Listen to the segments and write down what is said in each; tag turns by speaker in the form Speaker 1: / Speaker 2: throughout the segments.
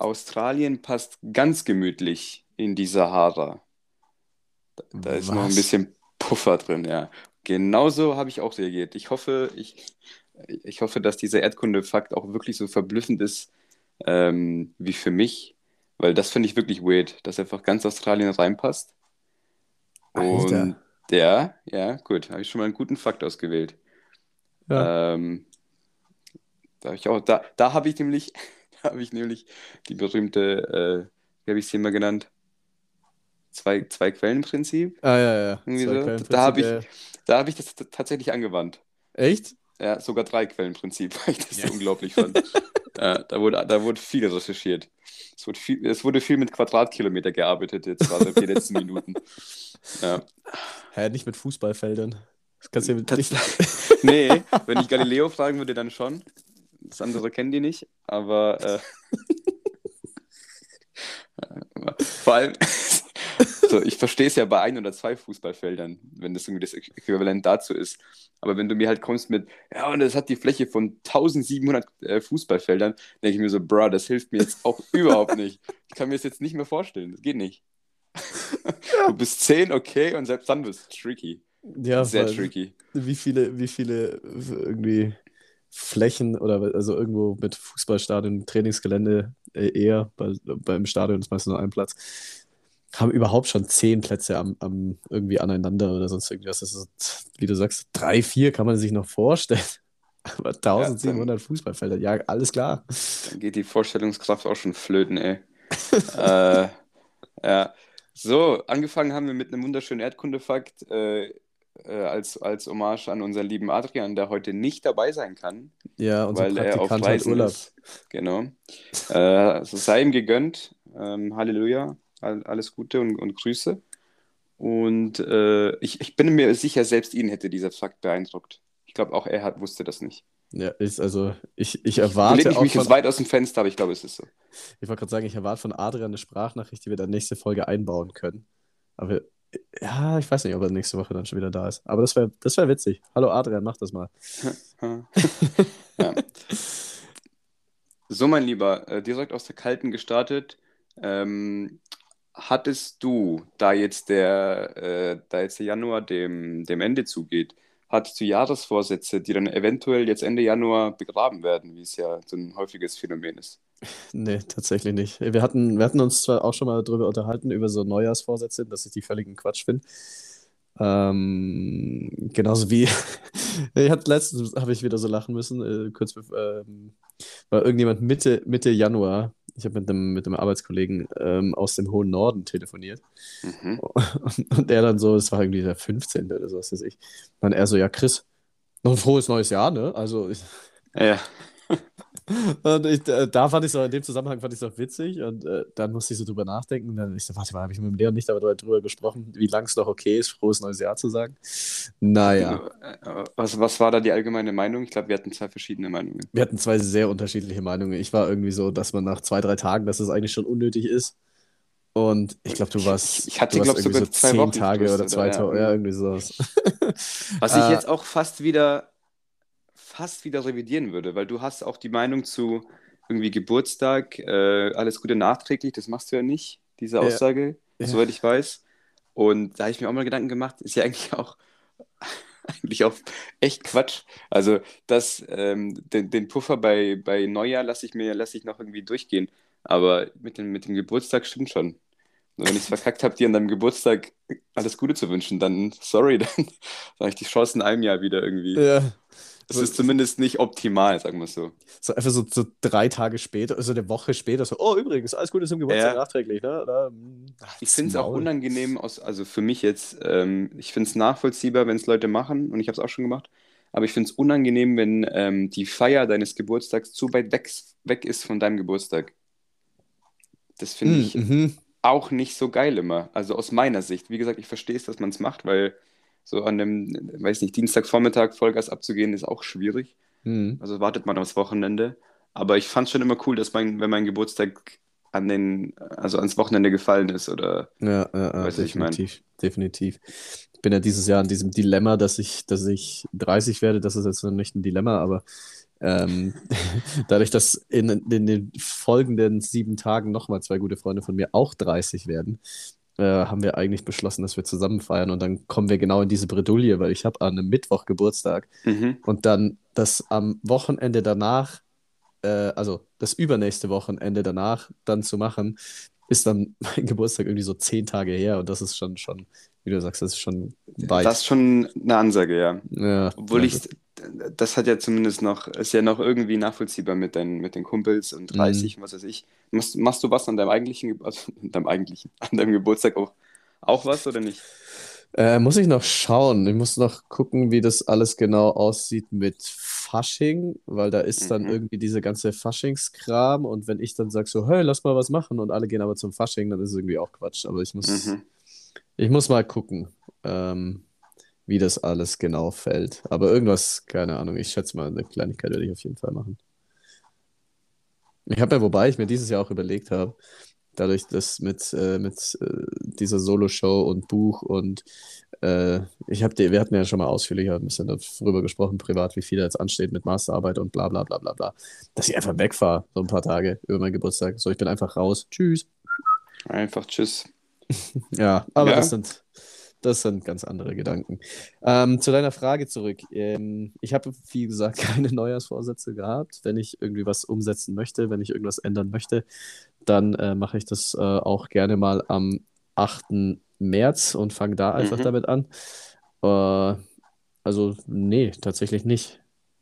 Speaker 1: Australien passt ganz gemütlich in die Sahara. Da ist noch ein
Speaker 2: Was?
Speaker 1: bisschen Puffer drin, ja. Genauso habe ich auch reagiert. Ich hoffe, dass dieser Erdkunde-Fakt auch wirklich so verblüffend ist, wie für mich, weil das finde ich wirklich weird, dass einfach ganz Australien reinpasst.
Speaker 2: Alter.
Speaker 1: Und ja, gut, habe ich schon mal einen guten Fakt ausgewählt.
Speaker 2: Ja.
Speaker 1: Ähm, da habe ich nämlich, da habe ich nämlich die berühmte, wie habe ich sie immer genannt? Zwei Quellenprinzip,
Speaker 2: Ah, ja, ja.
Speaker 1: irgendwie
Speaker 2: Zwei
Speaker 1: so.
Speaker 2: Quellenprinzip, ja.
Speaker 1: Da habe ich das tatsächlich angewandt.
Speaker 2: Echt?
Speaker 1: Ja, sogar drei Quellenprinzip, weil ich das
Speaker 2: Ja.
Speaker 1: so unglaublich fand. Da wurde viel recherchiert. Es wurde viel mit Quadratkilometer gearbeitet jetzt gerade die letzten Minuten. Ja.
Speaker 2: Hä, nicht mit Fußballfeldern. Das kannst du ja
Speaker 1: Tats
Speaker 2: nicht.
Speaker 1: Nee, wenn ich Galileo fragen würde, dann schon. Das andere kennen die nicht, aber vor allem, so, ich verstehe es ja bei ein oder zwei Fußballfeldern, wenn das irgendwie das Äquivalent dazu ist. Aber wenn du mir halt kommst mit, ja, und das hat die Fläche von 1700 Fußballfeldern, denke ich mir so, bro, das hilft mir jetzt auch überhaupt nicht. Ich kann mir das jetzt nicht mehr vorstellen. Das geht nicht. Du
Speaker 2: Ja.
Speaker 1: bist 10, okay, und selbst dann wird es tricky.
Speaker 2: Ja,
Speaker 1: Sehr
Speaker 2: weil
Speaker 1: tricky.
Speaker 2: wie viele irgendwie Flächen oder also irgendwo mit Fußballstadion, Trainingsgelände eher, beim Stadion ist meistens nur ein Platz, haben überhaupt schon 10 Plätze irgendwie aneinander oder sonst irgendwas. Das ist, wie du sagst, 3, 4 kann man sich noch vorstellen. Aber
Speaker 1: Ja, dann,
Speaker 2: 1700 Fußballfelder, ja, alles klar.
Speaker 1: dann geht die Vorstellungskraft auch schon flöten, ey. Äh, ja. So, angefangen haben wir mit einem wunderschönen Erdkundefakt, als Hommage an unseren lieben Adrian, der heute nicht dabei sein kann,
Speaker 2: Ja, unser
Speaker 1: weil er auf
Speaker 2: Praktikant hat
Speaker 1: Reisen
Speaker 2: Urlaub.
Speaker 1: ist. Genau. Also sei ihm gegönnt. Halleluja. Alles Gute und Grüße. Und ich bin mir sicher, selbst ihn hätte dieser Fakt beeindruckt. Ich glaube, auch wusste das nicht.
Speaker 2: Ja, ich
Speaker 1: Ich lehne
Speaker 2: erwarte auch
Speaker 1: mich jetzt
Speaker 2: von,
Speaker 1: weit aus dem Fenster, aber ich glaube, es ist so.
Speaker 2: ich wollte gerade sagen, ich erwarte von Adrian eine Sprachnachricht, die wir dann nächste Folge einbauen können. Aber ja, ich weiß nicht, ob er nächste Woche dann schon wieder da ist. Aber das wär witzig. Hallo Adrian, mach das mal.
Speaker 1: Ja. So, mein Lieber, direkt aus der Kalten gestartet. Ähm, hattest du, da jetzt der Januar dem Ende zugeht, hattest du Jahresvorsätze, die dann eventuell jetzt Ende Januar begraben werden, wie es ja so ein häufiges Phänomen ist?
Speaker 2: Nee, tatsächlich nicht. Wir hatten uns zwar auch schon mal darüber unterhalten, über so Neujahrsvorsätze, dass ich die völligen Quatsch finde. Genauso wie, letztens habe ich wieder so lachen müssen, war irgendjemand Mitte Januar, ich habe mit einem Arbeitskollegen aus dem hohen Norden telefoniert
Speaker 1: Mhm.
Speaker 2: und er dann so, es war irgendwie der 15. oder so, was weiß ich, dann er so, ja Chris, noch ein frohes neues Jahr, ne? Also
Speaker 1: Ja,
Speaker 2: und da fand ich so, in dem Zusammenhang fand ich es auch witzig und dann musste ich so drüber nachdenken. Und dann ich so, warte mal, habe ich mit dem Leon nicht darüber gesprochen, wie lang es noch okay ist, frohes neues Jahr zu sagen? Naja,
Speaker 1: was war da die allgemeine Meinung? Ich glaube, wir hatten zwei verschiedene Meinungen.
Speaker 2: wir hatten zwei sehr unterschiedliche Meinungen. Ich war irgendwie so, dass man nach 2, 3 Tagen, dass es eigentlich schon unnötig ist. Und ich glaube,
Speaker 1: Ich
Speaker 2: du
Speaker 1: hatte,
Speaker 2: warst
Speaker 1: glaube ich,
Speaker 2: irgendwie so
Speaker 1: sogar zwei
Speaker 2: 10
Speaker 1: Wochen
Speaker 2: Tage
Speaker 1: Frist
Speaker 2: oder
Speaker 1: oder
Speaker 2: 2 Tage, ja, irgendwie sowas.
Speaker 1: was ich
Speaker 2: äh,
Speaker 1: jetzt auch fast wieder revidieren würde, weil du hast auch die Meinung zu irgendwie Geburtstag, alles Gute nachträglich, das machst du ja nicht, diese
Speaker 2: ja,
Speaker 1: Aussage,
Speaker 2: ja,
Speaker 1: soweit ich weiß. Und da habe ich mir auch mal Gedanken gemacht, ist ja eigentlich auch, eigentlich auch echt Quatsch. Also den Puffer bei Neujahr lasse ich noch irgendwie durchgehen. Aber mit dem Geburtstag stimmt schon. Und wenn ich es verkackt habe, dir an deinem Geburtstag alles Gute zu wünschen, dann sorry, dann sage ich die Chance in einem Jahr wieder irgendwie.
Speaker 2: ja.
Speaker 1: Es ist zumindest nicht optimal, sagen wir es so.
Speaker 2: So einfach so 3 Tage später, also eine Woche später, so, oh, übrigens, alles Gute zum Geburtstag
Speaker 1: Ja,
Speaker 2: nachträglich, ne? Oder,
Speaker 1: ich
Speaker 2: halt's
Speaker 1: finde es auch
Speaker 2: Maul.
Speaker 1: unangenehm, also für mich jetzt, ich finde es nachvollziehbar, wenn es Leute machen, und ich habe es auch schon gemacht, aber ich finde es unangenehm, wenn die Feier deines Geburtstags zu weit weg ist von deinem Geburtstag. Das finde ich
Speaker 2: Mhm.
Speaker 1: auch nicht so geil immer. Also aus meiner Sicht. Wie gesagt, ich verstehe es, dass man es macht, weil so an dem, weiß nicht, Dienstagvormittag Vollgas abzugehen, ist auch schwierig.
Speaker 2: Mhm.
Speaker 1: Also wartet man aufs Wochenende. Aber ich fand es schon immer cool, wenn mein Geburtstag also ans Wochenende gefallen ist, oder
Speaker 2: Ja, ja, ja,
Speaker 1: weißt du, was ich meine?
Speaker 2: definitiv, definitiv. Ich bin ja dieses Jahr in diesem Dilemma, dass ich 30 werde. Das ist jetzt noch nicht ein Dilemma, aber Ähm, dadurch, dass in den folgenden 7 Tagen nochmal zwei gute Freunde von mir auch 30 werden, haben wir eigentlich beschlossen, dass wir zusammen feiern und dann kommen wir genau in diese Bredouille, weil ich habe an einem Mittwoch Geburtstag
Speaker 1: Mhm.
Speaker 2: und dann das am Wochenende danach, also das übernächste Wochenende danach dann zu machen, ist dann mein Geburtstag irgendwie so 10 Tage her und das ist schon, wie du sagst, das ist schon
Speaker 1: Das
Speaker 2: weit.
Speaker 1: ist schon eine Ansage, ja.
Speaker 2: Ja,
Speaker 1: Obwohl
Speaker 2: also,
Speaker 1: ich, das hat ja zumindest noch, ist ja noch irgendwie nachvollziehbar mit den Kumpels und
Speaker 2: mh.
Speaker 1: 30 und was weiß ich. Machst du was an deinem eigentlichen, also an deinem eigentlichen, an deinem Geburtstag auch was oder nicht?
Speaker 2: Muss ich noch schauen. Ich muss noch gucken, wie das alles genau aussieht mit Fasching, weil da ist dann
Speaker 1: Mhm.
Speaker 2: irgendwie diese ganze Faschingskram und wenn ich dann sage so, hey, lass mal was machen und alle gehen aber zum Fasching, dann ist es irgendwie auch Quatsch. Aber
Speaker 1: Mhm.
Speaker 2: ich muss mal gucken, wie das alles genau fällt. Aber irgendwas, keine Ahnung, ich schätze mal, eine Kleinigkeit werde ich auf jeden Fall machen. Ich habe ja, wobei ich mir dieses Jahr auch überlegt habe, dadurch, dass mit dieser Solo-Show und Buch und wir hatten ja schon mal ausführlicher ein bisschen darüber gesprochen, privat, wie viel da jetzt ansteht mit Masterarbeit und bla bla bla bla bla, dass ich einfach wegfahre, so ein paar Tage über meinen Geburtstag. So, ich bin einfach raus. Tschüss.
Speaker 1: Einfach tschüss.
Speaker 2: Ja, aber
Speaker 1: Ja.
Speaker 2: das sind ganz andere Gedanken. Zu deiner Frage zurück. Ich habe, wie gesagt, keine Neujahrsvorsätze gehabt. Wenn ich irgendwie was umsetzen möchte, wenn ich irgendwas ändern möchte, dann mache ich das auch gerne mal am 8. März und fange da einfach
Speaker 1: Mhm.
Speaker 2: damit an. Äh, also, nee, tatsächlich nicht.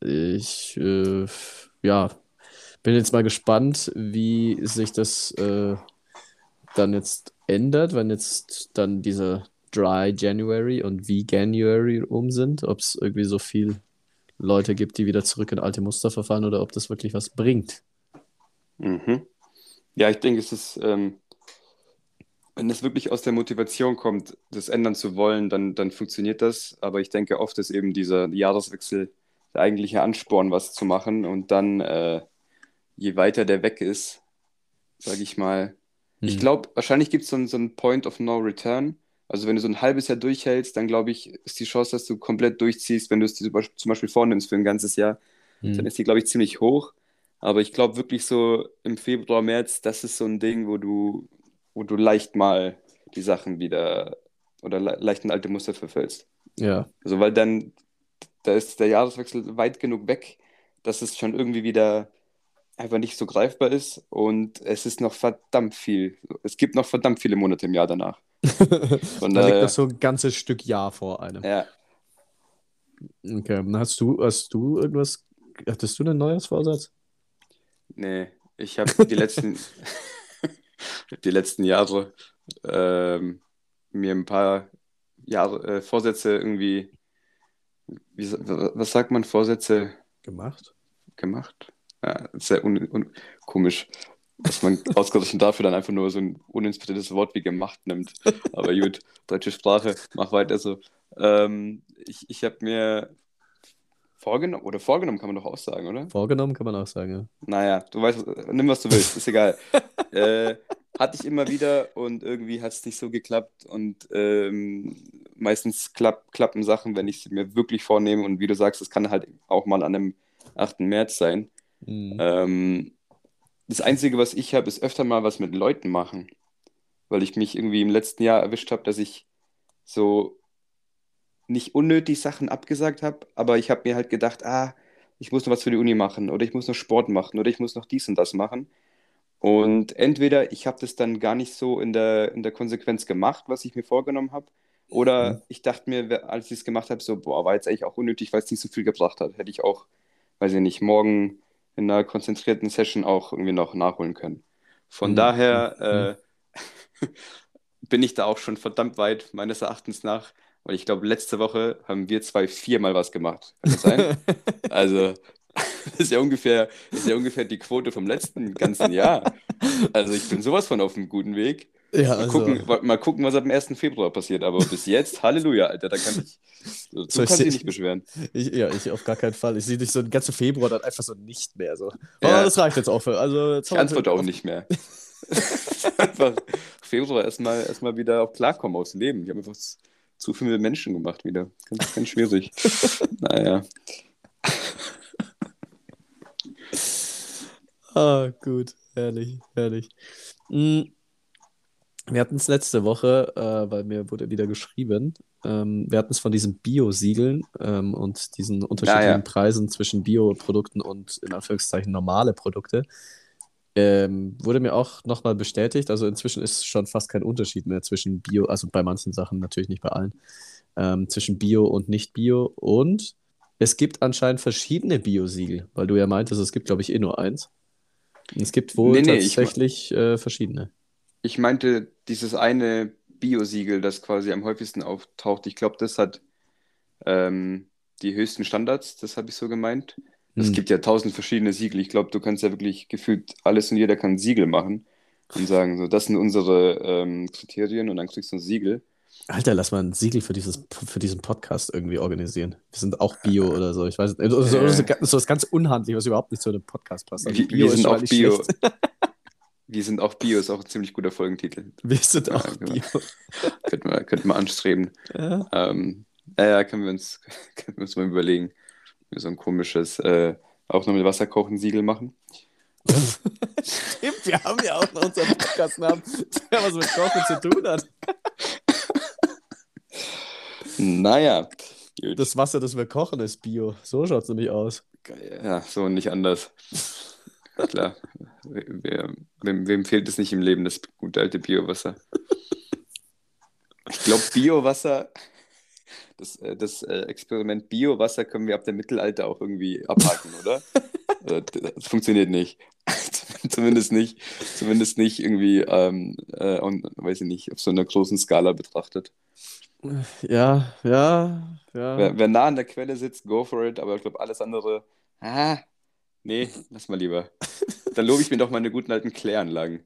Speaker 2: Ja, bin jetzt mal gespannt, wie sich das dann jetzt ändert, wenn jetzt dann dieser Dry January und Veganuary rum sind, ob es irgendwie so viel Leute gibt, die wieder zurück in alte Muster verfallen oder ob das wirklich was bringt.
Speaker 1: Mhm. Ja, ich denke, wenn es wirklich aus der Motivation kommt, das ändern zu wollen, dann funktioniert das. Aber ich denke, oft ist eben dieser Jahreswechsel der eigentliche Ansporn, was zu machen. Und dann, je weiter der weg ist, sage ich mal, ich
Speaker 2: Hm.
Speaker 1: glaube, wahrscheinlich gibt es so einen Point of No Return. Also wenn du so ein halbes Jahr durchhältst, dann glaube ich, ist die Chance, dass du komplett durchziehst, wenn du es dir zum Beispiel vornimmst für ein ganzes Jahr, dann
Speaker 2: Hm.
Speaker 1: ist die, glaube ich, ziemlich hoch. Aber ich glaube wirklich so im Februar, März, das ist so ein Ding, wo du leicht mal die Sachen wieder oder leicht in alte Muster verfällst.
Speaker 2: Ja.
Speaker 1: Also weil dann, da ist der Jahreswechsel weit genug weg, dass es schon irgendwie wieder einfach nicht so greifbar ist und es ist noch verdammt viel. Es gibt noch verdammt viele Monate im Jahr danach. Von
Speaker 2: Da liegt noch
Speaker 1: daher,
Speaker 2: so ein ganzes Stück Jahr vor einem.
Speaker 1: ja,
Speaker 2: Okay, hattest du einen Neujahrsvorsatz?
Speaker 1: nee, ich habe die letzten Jahre mir ein paar Jahre, Vorsätze irgendwie, was sagt man, Vorsätze
Speaker 2: Gemacht?
Speaker 1: gemacht? Ja, sehr komisch, dass man ausgerechnet dafür dann einfach nur so ein uninspiriertes Wort wie gemacht nimmt. Aber gut, deutsche Sprache, mach weiter so. Ich habe mir vorgenommen kann man doch auch sagen, oder?
Speaker 2: Vorgenommen kann man auch sagen,
Speaker 1: Naja, du weißt, nimm was du willst, ist egal. Äh, Hatte ich immer wieder und irgendwie hat es nicht so geklappt und meistens klappen Sachen, wenn ich sie mir wirklich vornehme und wie du sagst, es kann halt auch mal an einem 8. März sein.
Speaker 2: ja. Mhm.
Speaker 1: Ähm, Das Einzige, was ich habe, ist öfter mal was mit Leuten machen, weil ich mich irgendwie im letzten Jahr erwischt habe, dass ich so nicht unnötig Sachen abgesagt habe, aber ich habe mir halt gedacht, ich muss noch was für die Uni machen oder ich muss noch Sport machen oder ich muss noch dies und das machen. Und entweder ich habe das dann gar nicht so in der Konsequenz gemacht, was ich mir vorgenommen habe,
Speaker 2: Mhm.
Speaker 1: oder ich dachte mir, als ich es gemacht habe, so, boah, war jetzt eigentlich auch unnötig, weil es nicht so viel gebracht hat. Hätte ich auch, weiß ich nicht, morgen in einer konzentrierten Session auch irgendwie noch nachholen können. Von
Speaker 2: Mhm.
Speaker 1: daher bin ich da auch schon verdammt weit, meines Erachtens nach. Und ich glaube, letzte Woche haben wir zwei viermal was gemacht. Kann das sein? Also, das ist ja ungefähr die Quote vom letzten ganzen Jahr. Also ich bin sowas von auf einem guten Weg.
Speaker 2: Ja,
Speaker 1: Mal
Speaker 2: also,
Speaker 1: gucken, mal gucken, was ab dem 1. Februar passiert. Aber bis jetzt, Halleluja, Alter, du
Speaker 2: so
Speaker 1: kannst dich nicht beschweren.
Speaker 2: ich auf gar keinen Fall. Ich sehe dich so den ganzen Februar dann einfach so nicht mehr so. Oh,
Speaker 1: Ja,
Speaker 2: das reicht jetzt auch für. Also, jetzt
Speaker 1: ich
Speaker 2: haben wir
Speaker 1: antworte auch
Speaker 2: auf.
Speaker 1: nicht mehr. Einfach Februar erstmal wieder auf Klarkommen aufs Leben. Ich habe einfach zu viel mit Menschen gemacht wieder. Ganz, ganz schwierig. Naja.
Speaker 2: Ah, gut. Herrlich, herrlich. Mm, Wir hatten es letzte Woche, weil mir wurde wieder geschrieben, wir hatten es von diesen Bio-Siegeln und diesen unterschiedlichen
Speaker 1: Naja,
Speaker 2: Preisen zwischen Bioprodukten und in Anführungszeichen normale Produkte. Wurde mir auch nochmal bestätigt, also inzwischen ist schon fast kein Unterschied mehr zwischen Bio, also bei manchen Sachen, natürlich nicht bei allen, zwischen Bio und Nicht-Bio. Und es gibt anscheinend verschiedene Bio-Siegel, weil du ja meintest, es gibt, glaube ich, eh nur eins. Und es gibt wohl
Speaker 1: nee,
Speaker 2: tatsächlich verschiedene.
Speaker 1: ich meinte dieses eine Bio-Siegel, das quasi am häufigsten auftaucht. Ich glaube, das hat ähm, die höchsten Standards, das habe ich so gemeint. Es
Speaker 2: Hm.
Speaker 1: gibt ja tausend verschiedene Siegel. Ich glaube, du kannst ja wirklich gefühlt alles und jeder kann ein Siegel machen und sagen, so, das sind unsere Kriterien und dann kriegst du ein Siegel.
Speaker 2: Alter, lass mal ein Siegel für diesen Podcast irgendwie organisieren. Wir sind auch Bio oder so. Ich weiß nicht. Oder
Speaker 1: Äh,
Speaker 2: so was ganz unhandlich, was überhaupt nicht zu einem Podcast passt. Also
Speaker 1: wir
Speaker 2: Bio ist
Speaker 1: sind
Speaker 2: schon mal
Speaker 1: auch
Speaker 2: nicht schlecht.
Speaker 1: Bio. Wir sind auch Bio, ist auch ein ziemlich guter Folgentitel.
Speaker 2: Wir sind
Speaker 1: Ja,
Speaker 2: auch Bio.
Speaker 1: könnten wir anstreben.
Speaker 2: Ja.
Speaker 1: Ja, können wir uns mal überlegen, wie wir so ein komisches, auch noch mit Wasser kochen Siegel machen.
Speaker 2: Stimmt, wir haben ja auch noch unseren Podcastnamen, der was mit Kochen zu tun hat.
Speaker 1: Naja, gut.
Speaker 2: Das Wasser, das wir kochen, ist Bio. So schaut es nämlich aus.
Speaker 1: Ja, so und nicht anders. Klar. Wem fehlt es nicht im Leben, das gute alte Biowasser? Ich glaube, Biowasser, das Experiment Biowasser können wir ab dem Mittelalter auch irgendwie abhaken, oder? Das funktioniert nicht. Zumindest nicht irgendwie, und, weiß ich nicht, auf so einer großen Skala betrachtet.
Speaker 2: Ja, ja, ja.
Speaker 1: Wer nah an der Quelle sitzt, go for it, aber ich glaube, alles andere, ah, nee, lass mal lieber. Dann lobe ich mir doch meine guten alten Kläranlagen.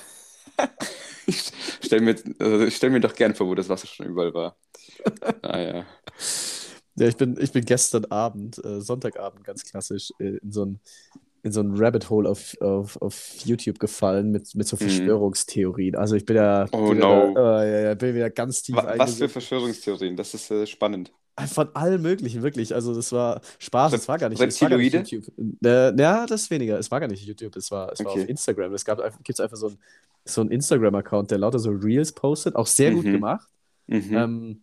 Speaker 1: Ich stell mir doch gern vor, wo das Wasser schon überall war. Ah ja.
Speaker 2: Ja, ich bin gestern Abend, Sonntagabend ganz klassisch, in so ein Rabbit Hole auf YouTube gefallen mit so
Speaker 1: Hm.
Speaker 2: Verschwörungstheorien. Also ich bin ja
Speaker 1: Oh
Speaker 2: wieder da,
Speaker 1: no.
Speaker 2: ja, ja, bin wieder ganz tief
Speaker 1: Was für
Speaker 2: eingesunken.
Speaker 1: Verschwörungstheorien? Das ist spannend.
Speaker 2: Von allem Möglichen, wirklich. Also das war Spaß, es war gar nicht
Speaker 1: Reptiloide?
Speaker 2: YouTube. Ja, das ist weniger. Es war gar nicht YouTube, es war auf
Speaker 1: Okay.
Speaker 2: Instagram. Gibt einfach so einen Instagram-Account, der lauter so Reels postet, auch sehr gut
Speaker 1: Mhm.
Speaker 2: gemacht.
Speaker 1: Mhm.
Speaker 2: Ähm,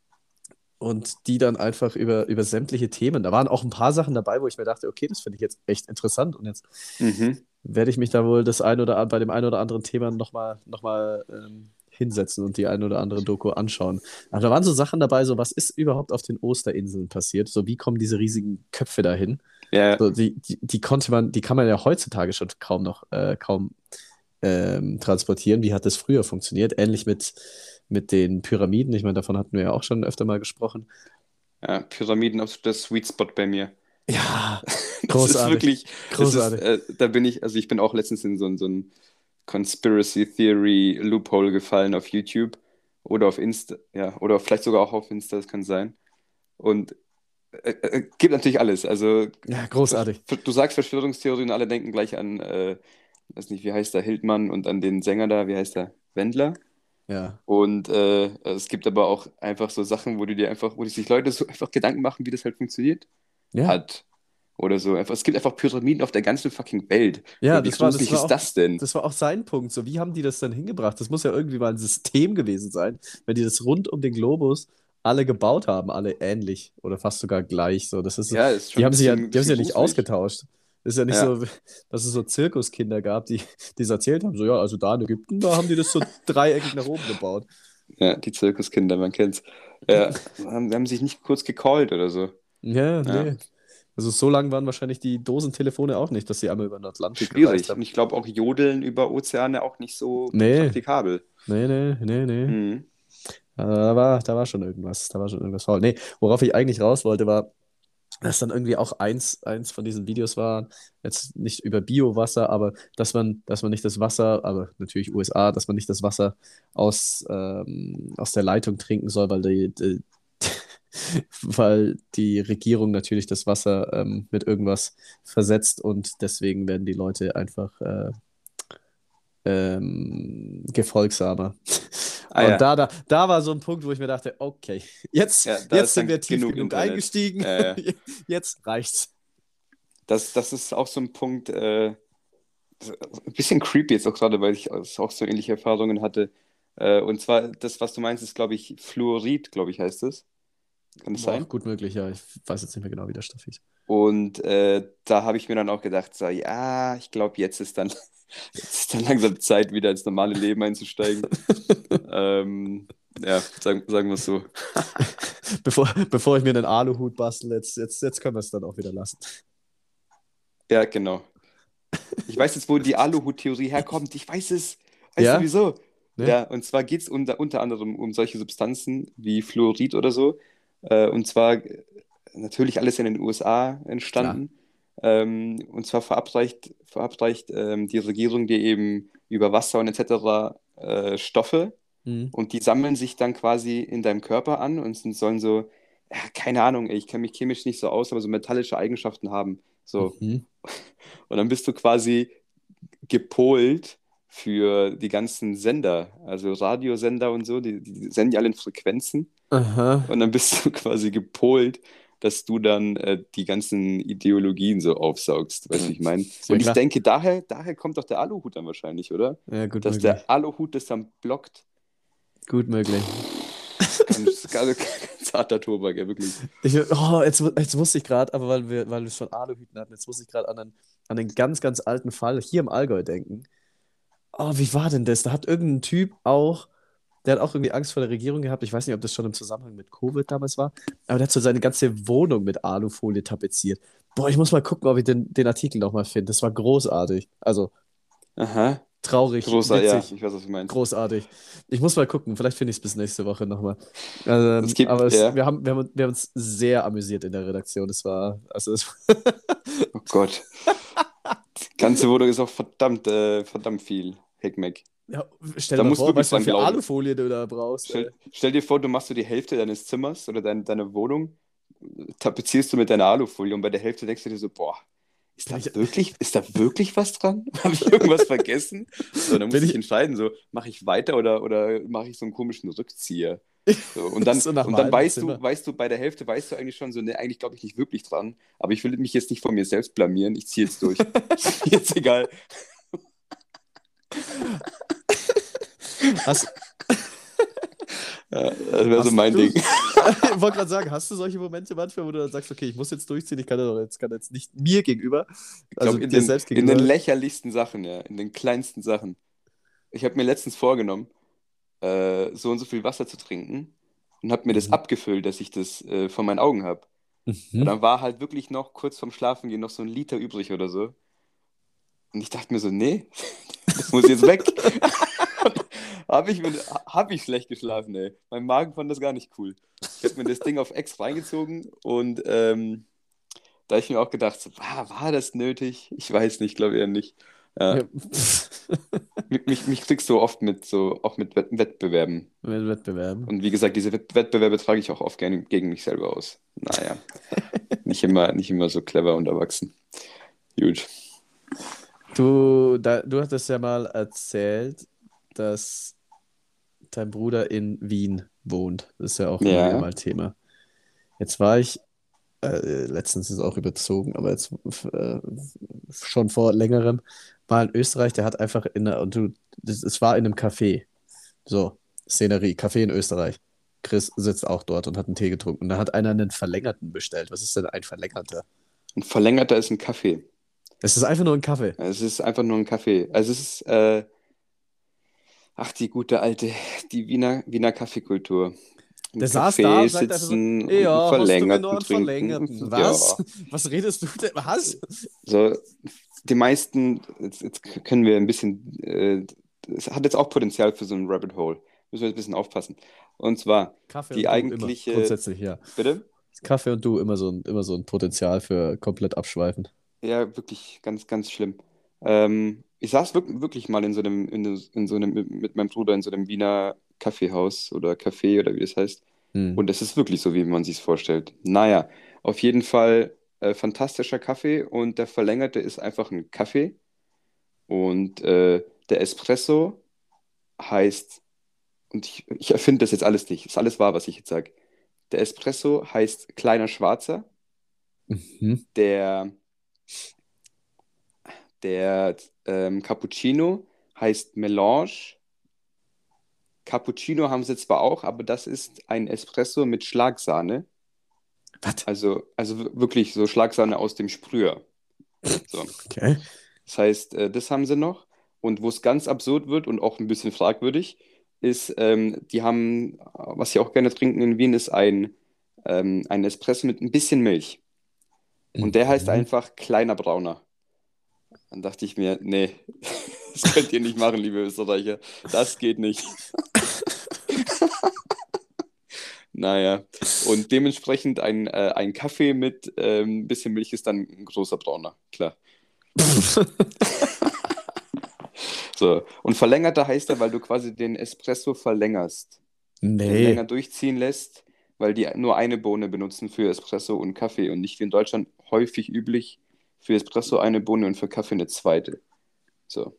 Speaker 2: und die dann einfach über sämtliche Themen. Da waren auch ein paar Sachen dabei, wo ich mir dachte, okay, das finde ich jetzt echt interessant. Und jetzt
Speaker 1: Mhm.
Speaker 2: werde ich mich da wohl bei dem ein oder anderen Thema noch mal hinsetzen und die ein oder andere Doku anschauen. Aber da waren so Sachen dabei, so was ist überhaupt auf den Osterinseln passiert? So wie kommen diese riesigen Köpfe dahin?
Speaker 1: Ja,
Speaker 2: So, die kann man ja heutzutage schon kaum transportieren. Wie hat das früher funktioniert? Ähnlich mit den Pyramiden. Ich meine, davon hatten wir ja auch schon öfter mal gesprochen.
Speaker 1: ja, Pyramiden, absoluter Sweet Spot bei mir.
Speaker 2: Ja,
Speaker 1: Das ist
Speaker 2: großartig.
Speaker 1: wirklich,
Speaker 2: Großartig.
Speaker 1: da bin ich, also ich bin auch letztens in so ein Conspiracy Theory Loophole gefallen auf YouTube oder auf Insta, ja, oder vielleicht sogar auch auf Insta, das kann sein. Und gibt natürlich alles. Also,
Speaker 2: Ja, großartig.
Speaker 1: du sagst Verschwörungstheorien, alle denken gleich an, weiß nicht, wie heißt der, Hildmann und an den Sänger da, wie heißt der, Wendler.
Speaker 2: Ja.
Speaker 1: Und es gibt aber auch einfach so Sachen, wo die sich Leute so einfach Gedanken machen, wie das halt funktioniert
Speaker 2: Ja.
Speaker 1: hat. Oder so. Einfach, es gibt einfach Pyramiden auf der ganzen fucking Welt.
Speaker 2: Ja,
Speaker 1: Wie
Speaker 2: das war,
Speaker 1: gruselig
Speaker 2: das war
Speaker 1: ist
Speaker 2: auch,
Speaker 1: das denn?
Speaker 2: das war auch sein Punkt. So, wie haben die das dann hingebracht? Das muss ja irgendwie mal ein System gewesen sein, wenn die das rund um den Globus alle gebaut haben, alle ähnlich oder fast sogar gleich. So, das ist so,
Speaker 1: Ja, ist
Speaker 2: die
Speaker 1: schon
Speaker 2: haben sich ja, die haben sich
Speaker 1: bisschen
Speaker 2: ja nicht
Speaker 1: gruselig.
Speaker 2: ausgetauscht. Das ist ja nicht
Speaker 1: Ja,
Speaker 2: so, dass es so Zirkuskinder gab, die es erzählt haben. So, ja, also da in Ägypten, da haben die das so dreieckig nach oben gebaut.
Speaker 1: ja, die Zirkuskinder, man kennt's. Ja, haben sich nicht kurz gecallt oder so.
Speaker 2: Ja,
Speaker 1: Ja,
Speaker 2: nee. Also so lang waren wahrscheinlich die Dosentelefone auch nicht, dass sie einmal über den Atlantik gereist
Speaker 1: schwierig. Und
Speaker 2: haben.
Speaker 1: ich glaube auch Jodeln über Ozeane auch nicht so
Speaker 2: Nee,
Speaker 1: praktikabel.
Speaker 2: nee, nee, nee, nee.
Speaker 1: Mhm.
Speaker 2: Da war schon irgendwas. Da war schon irgendwas faul. Nee, worauf ich eigentlich raus wollte, war, dass dann irgendwie auch eins von diesen Videos war, jetzt nicht über Biowasser, aber dass man nicht das Wasser, aber natürlich USA, dass man nicht das Wasser aus der Leitung trinken soll, weil die Regierung natürlich das Wasser mit irgendwas versetzt und deswegen werden die Leute einfach gefolgsamer.
Speaker 1: Ah
Speaker 2: Und
Speaker 1: ja,
Speaker 2: da war so ein Punkt, wo ich mir dachte, okay, jetzt,
Speaker 1: ja, da
Speaker 2: jetzt
Speaker 1: ist
Speaker 2: sind
Speaker 1: dann
Speaker 2: wir tief
Speaker 1: genug
Speaker 2: genug
Speaker 1: Internet.
Speaker 2: eingestiegen, jetzt reicht's.
Speaker 1: Das ist auch so ein Punkt, ein bisschen creepy jetzt auch gerade, weil ich auch so ähnliche Erfahrungen hatte. Und zwar, das, was du meinst, ist, glaube ich, Fluorid, glaube ich, heißt es. Kann das
Speaker 2: Boah,
Speaker 1: sein?
Speaker 2: gut möglich, ja. Ich weiß jetzt nicht mehr genau, wie der Stoff hieß.
Speaker 1: Und da habe ich mir dann auch gedacht, so, ja, ich glaube, jetzt ist dann, jetzt ist dann langsam Zeit, wieder ins normale Leben einzusteigen. Ja, sagen wir es so.
Speaker 2: Bevor ich mir einen Aluhut bastel, jetzt können wir es dann auch wieder lassen.
Speaker 1: Ja, genau. Ich weiß jetzt, wo die Aluhut-Theorie herkommt. Ich weiß es. Weißt du
Speaker 2: Ja?
Speaker 1: wieso?
Speaker 2: Ne?
Speaker 1: Ja, und zwar geht es unter anderem um solche Substanzen wie Fluorid oder so. Und zwar natürlich alles in den USA
Speaker 2: Klar.
Speaker 1: entstanden. Und zwar verabreicht die Regierung dir eben über Wasser und etc. Stoffe.
Speaker 2: Mhm.
Speaker 1: Und die sammeln sich dann quasi in deinem Körper an und sollen so, ja, keine Ahnung, ey, ich kenne mich chemisch nicht so aus, aber so metallische Eigenschaften haben. So.
Speaker 2: Mhm.
Speaker 1: Und dann bist du quasi gepolt für die ganzen Sender, also Radiosender und so, die senden ja alle in Frequenzen.
Speaker 2: Aha.
Speaker 1: Und dann bist du quasi gepolt, dass du dann die ganzen Ideologien so aufsaugst, weißt du, wie ich meine?
Speaker 2: Ja,
Speaker 1: Und ich
Speaker 2: klar.
Speaker 1: denke, daher kommt doch der Aluhut dann wahrscheinlich, oder?
Speaker 2: Ja, gut
Speaker 1: Dass
Speaker 2: möglich.
Speaker 1: der Aluhut das dann blockt.
Speaker 2: Gut möglich.
Speaker 1: Ganz harter Tobak, ja, wirklich.
Speaker 2: Jetzt musste ich gerade, aber weil wir schon Aluhüten hatten, jetzt muss ich gerade an einen ganz, ganz alten Fall hier im Allgäu denken. Oh, wie war denn das? Da hat irgendein Typ auch, der hat auch irgendwie Angst vor der Regierung gehabt. Ich weiß nicht, ob das schon im Zusammenhang mit Covid damals war, aber der hat so seine ganze Wohnung mit Alufolie tapeziert. Boah, ich muss mal gucken, ob ich den Artikel nochmal finde. Das war großartig. Also
Speaker 1: Aha.
Speaker 2: traurig,
Speaker 1: Großer, ja,
Speaker 2: witzig,
Speaker 1: ich weiß, was du meinst.
Speaker 2: großartig. Ich muss mal gucken, vielleicht finde ich es bis nächste Woche nochmal.
Speaker 1: Es
Speaker 2: Aber
Speaker 1: gibt, ja,
Speaker 2: wir haben uns sehr amüsiert in der Redaktion. Es
Speaker 1: oh Gott. Die ganze Wohnung ist auch verdammt viel Heckmeck.
Speaker 2: ja, stell dir
Speaker 1: Da
Speaker 2: mal
Speaker 1: musst du
Speaker 2: vor,
Speaker 1: wirklich
Speaker 2: weißt du, wie
Speaker 1: dran
Speaker 2: viel
Speaker 1: glauben.
Speaker 2: Alufolie du da brauchst, ey.
Speaker 1: Stell dir vor, du machst so die Hälfte deines Zimmers oder deine Wohnung, tapezierst du mit deiner Alufolie und bei der Hälfte denkst du dir so, boah,
Speaker 2: Bin ich,
Speaker 1: ist da wirklich was dran? Habe ich irgendwas vergessen? So, dann
Speaker 2: bin
Speaker 1: musst du dich
Speaker 2: ich
Speaker 1: entscheiden, so, mache ich weiter oder mache ich so einen komischen Rückzieher? So,
Speaker 2: so nach einem
Speaker 1: und dann
Speaker 2: halben Zimmer.
Speaker 1: weißt du, bei der Hälfte weißt du eigentlich schon so, ne, eigentlich glaube ich nicht wirklich dran, aber ich will mich jetzt nicht von mir selbst blamieren, ich ziehe jetzt durch. Ist mir jetzt egal.
Speaker 2: Hast,
Speaker 1: Ja, das wäre so
Speaker 2: hast
Speaker 1: mein
Speaker 2: du,
Speaker 1: Ding.
Speaker 2: ich wollte gerade sagen, hast du solche Momente manchmal, wo du dann sagst, okay, ich muss jetzt durchziehen, kann jetzt nicht mir gegenüber,
Speaker 1: Ich
Speaker 2: also
Speaker 1: glaube,
Speaker 2: dir selbst
Speaker 1: in den
Speaker 2: gegenüber.
Speaker 1: lächerlichsten Sachen, ja, in den kleinsten Sachen. Ich habe mir letztens vorgenommen, so und so viel Wasser zu trinken und habe mir das
Speaker 2: Mhm.
Speaker 1: abgefüllt, dass ich das vor meinen Augen habe. Und
Speaker 2: Mhm.
Speaker 1: dann war halt wirklich noch kurz vorm Schlafengehen noch so ein Liter übrig oder so. Und ich dachte mir so, nee, das muss jetzt weg. Hab ich schlecht geschlafen, ey. Mein Magen fand das gar nicht cool. Ich habe mir das Ding auf Ex reingezogen und da habe ich mir auch gedacht, so, war das nötig? Ich weiß nicht, glaube eher nicht. Ja.
Speaker 2: Ja.
Speaker 1: Mich kriegst du oft auch mit Wettbewerben.
Speaker 2: Mit Wettbewerben.
Speaker 1: Und wie gesagt, diese Wettbewerbe trage ich auch oft gerne gegen mich selber aus. Naja, nicht immer so clever und erwachsen. Gut.
Speaker 2: Du hattest ja mal erzählt, dass dein Bruder in Wien wohnt. Das ist ja auch immer wieder
Speaker 1: Ja.
Speaker 2: mal Thema. Jetzt war ich, letztens ist es auch überzogen, aber jetzt schon vor längerem, mal in Österreich, der hat einfach es war in einem Café. So, Szenerie, Café in Österreich. Chris sitzt auch dort und hat einen Tee getrunken. Und da hat einer einen verlängerten bestellt. Was ist denn ein verlängerter?
Speaker 1: Ein verlängerter ist ein Kaffee.
Speaker 2: Es ist einfach nur ein Kaffee.
Speaker 1: Es ist einfach nur ein Kaffee. Also es ist, ach, die gute alte, die Wiener Kaffeekultur. Im
Speaker 2: Der saß da
Speaker 1: Café
Speaker 2: und sagte einfach so,
Speaker 1: sitzen und einen
Speaker 2: ja, hast du mir noch
Speaker 1: verlängerten
Speaker 2: einen
Speaker 1: trinken.
Speaker 2: verlängerten? Was?
Speaker 1: Ja.
Speaker 2: Was redest du denn? Was?
Speaker 1: So, die meisten, jetzt können wir ein bisschen, es hat jetzt auch Potenzial für so ein Rabbit Hole. Müssen wir jetzt ein bisschen aufpassen. Und zwar,
Speaker 2: Kaffee
Speaker 1: die
Speaker 2: und du immer,
Speaker 1: eigentliche,
Speaker 2: grundsätzlich, ja.
Speaker 1: bitte?
Speaker 2: Kaffee und du immer so ein Potenzial für komplett abschweifen.
Speaker 1: Ja, wirklich ganz, ganz schlimm. Ich saß wirklich mal in so einem, mit meinem Bruder in so einem Wiener Kaffeehaus oder Café oder wie das heißt.
Speaker 2: Hm.
Speaker 1: Und es ist wirklich so, wie man sich es vorstellt. Naja, auf jeden Fall fantastischer Kaffee und der verlängerte ist einfach ein Kaffee. Und der Espresso heißt, und ich erfinde das jetzt alles nicht, ist alles wahr, was ich jetzt sage. Der Espresso heißt kleiner Schwarzer.
Speaker 2: Mhm.
Speaker 1: Der, der Cappuccino heißt Melange. Cappuccino haben sie zwar auch, aber das ist ein Espresso mit Schlagsahne.
Speaker 2: Was?
Speaker 1: Also wirklich so Schlagsahne aus dem Sprüher. So.
Speaker 2: Okay.
Speaker 1: Das heißt, das haben sie noch. Und wo es ganz absurd wird und auch ein bisschen fragwürdig, ist, die haben, was sie auch gerne trinken in Wien, ist ein Espresso mit ein bisschen Milch. Und der heißt
Speaker 2: Mhm.
Speaker 1: einfach kleiner Brauner. Dann dachte ich mir, nee, das könnt ihr nicht machen, liebe Österreicher. Das geht nicht. Naja. Und dementsprechend ein Kaffee mit ein bisschen Milch ist dann ein großer Brauner. Klar. So. Und verlängerter heißt er, weil du quasi den Espresso verlängerst. Den länger
Speaker 2: Nee.
Speaker 1: durchziehen lässt, weil die nur eine Bohne benutzen für Espresso und Kaffee und nicht wie in Deutschland häufig üblich für Espresso eine Bohne und für Kaffee eine zweite. So.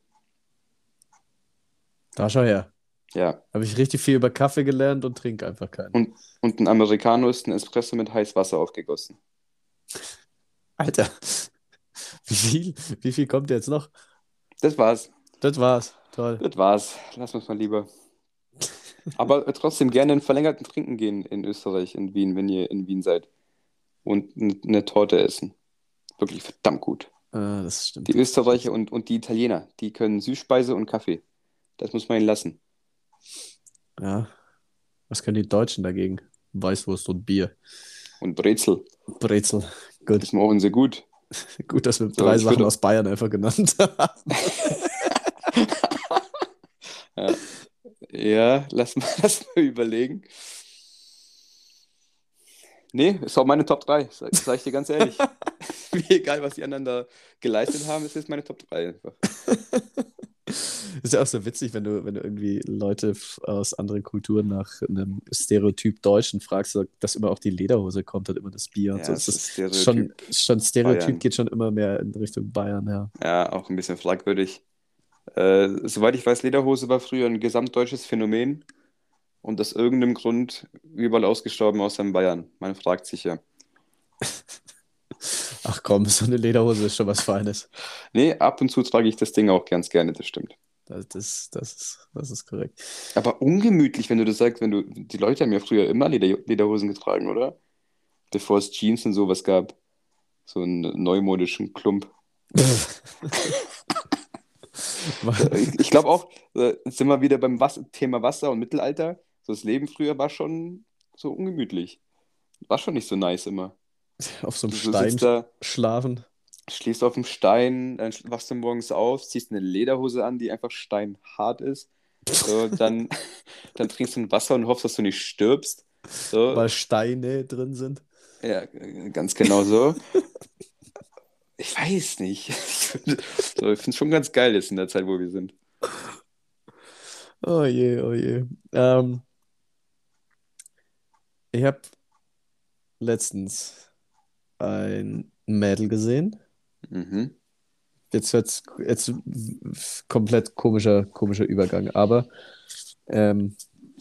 Speaker 2: Da schau her.
Speaker 1: Ja.
Speaker 2: Habe ich richtig viel über Kaffee gelernt und trinke einfach keinen.
Speaker 1: Und ein Americano ist ein Espresso mit heißem Wasser aufgegossen.
Speaker 2: Alter, wie viel, wie viel kommt jetzt noch?
Speaker 1: Das war's.
Speaker 2: Das war's. Toll.
Speaker 1: Das war's. Lass uns mal lieber. Aber trotzdem gerne einen verlängerten Trinken gehen in Österreich, in Wien, wenn ihr in Wien seid. Und eine Torte essen. Wirklich verdammt gut.
Speaker 2: Das
Speaker 1: Die
Speaker 2: stimmt.
Speaker 1: Österreicher und die Italiener, die können Süßspeise und Kaffee. Das muss man ihnen lassen.
Speaker 2: Ja. Was können die Deutschen dagegen? Weißwurst und Bier.
Speaker 1: Und Brezel,
Speaker 2: Brezel. Gut.
Speaker 1: das machen sie gut.
Speaker 2: Gut, dass wir
Speaker 1: So,
Speaker 2: drei
Speaker 1: ich
Speaker 2: Sachen
Speaker 1: würde.
Speaker 2: aus Bayern einfach genannt haben.
Speaker 1: Ja, ja lass mal überlegen. Nee, ist auch meine Top 3, sag ich dir ganz ehrlich. Mir egal, was die anderen da geleistet haben, ist jetzt meine Top 3 einfach.
Speaker 2: Ist ja auch so witzig, wenn du irgendwie Leute aus anderen Kulturen nach einem Stereotyp Deutschen fragst, so, dass immer auch die Lederhose kommt, halt immer das Bier und so.
Speaker 1: Ja,
Speaker 2: Das
Speaker 1: es ist
Speaker 2: ist schon,
Speaker 1: Stereotyp
Speaker 2: schon Stereotyp
Speaker 1: Bayern.
Speaker 2: geht schon immer mehr in Richtung Bayern, ja.
Speaker 1: Ja, auch ein bisschen fragwürdig. Soweit ich weiß, Lederhose war früher ein gesamtdeutsches Phänomen und aus irgendeinem Grund überall ausgestorben außer in Bayern. Man fragt sich ja.
Speaker 2: Ach komm, so eine Lederhose ist schon was Feines.
Speaker 1: Nee, ab und zu trage ich das Ding auch ganz gerne, das stimmt.
Speaker 2: Das ist korrekt.
Speaker 1: Aber ungemütlich, wenn du das sagst, die Leute haben ja früher immer Lederhosen getragen, oder? Bevor es Jeans und sowas gab. So einen neumodischen Klump. Ich glaube auch, jetzt sind wir wieder beim Thema Wasser und Mittelalter. So das Leben früher war schon so ungemütlich. War schon nicht so nice immer.
Speaker 2: Auf so einem
Speaker 1: Du
Speaker 2: Stein
Speaker 1: sitzt da,
Speaker 2: schlafen.
Speaker 1: schläfst auf dem Stein, dann wachst du morgens auf, ziehst eine Lederhose an, die einfach steinhart ist. So, dann trinkst du ein Wasser und hoffst, dass du nicht stirbst. So,
Speaker 2: Weil Steine drin sind.
Speaker 1: ja, ganz genau so. Ich weiß nicht. Ich finde es schon ganz geil jetzt in der Zeit, wo wir sind.
Speaker 2: Oh je, oh je. Ich habe letztens ein Mädel gesehen.
Speaker 1: Mhm.
Speaker 2: Jetzt komplett komischer Übergang, aber ähm,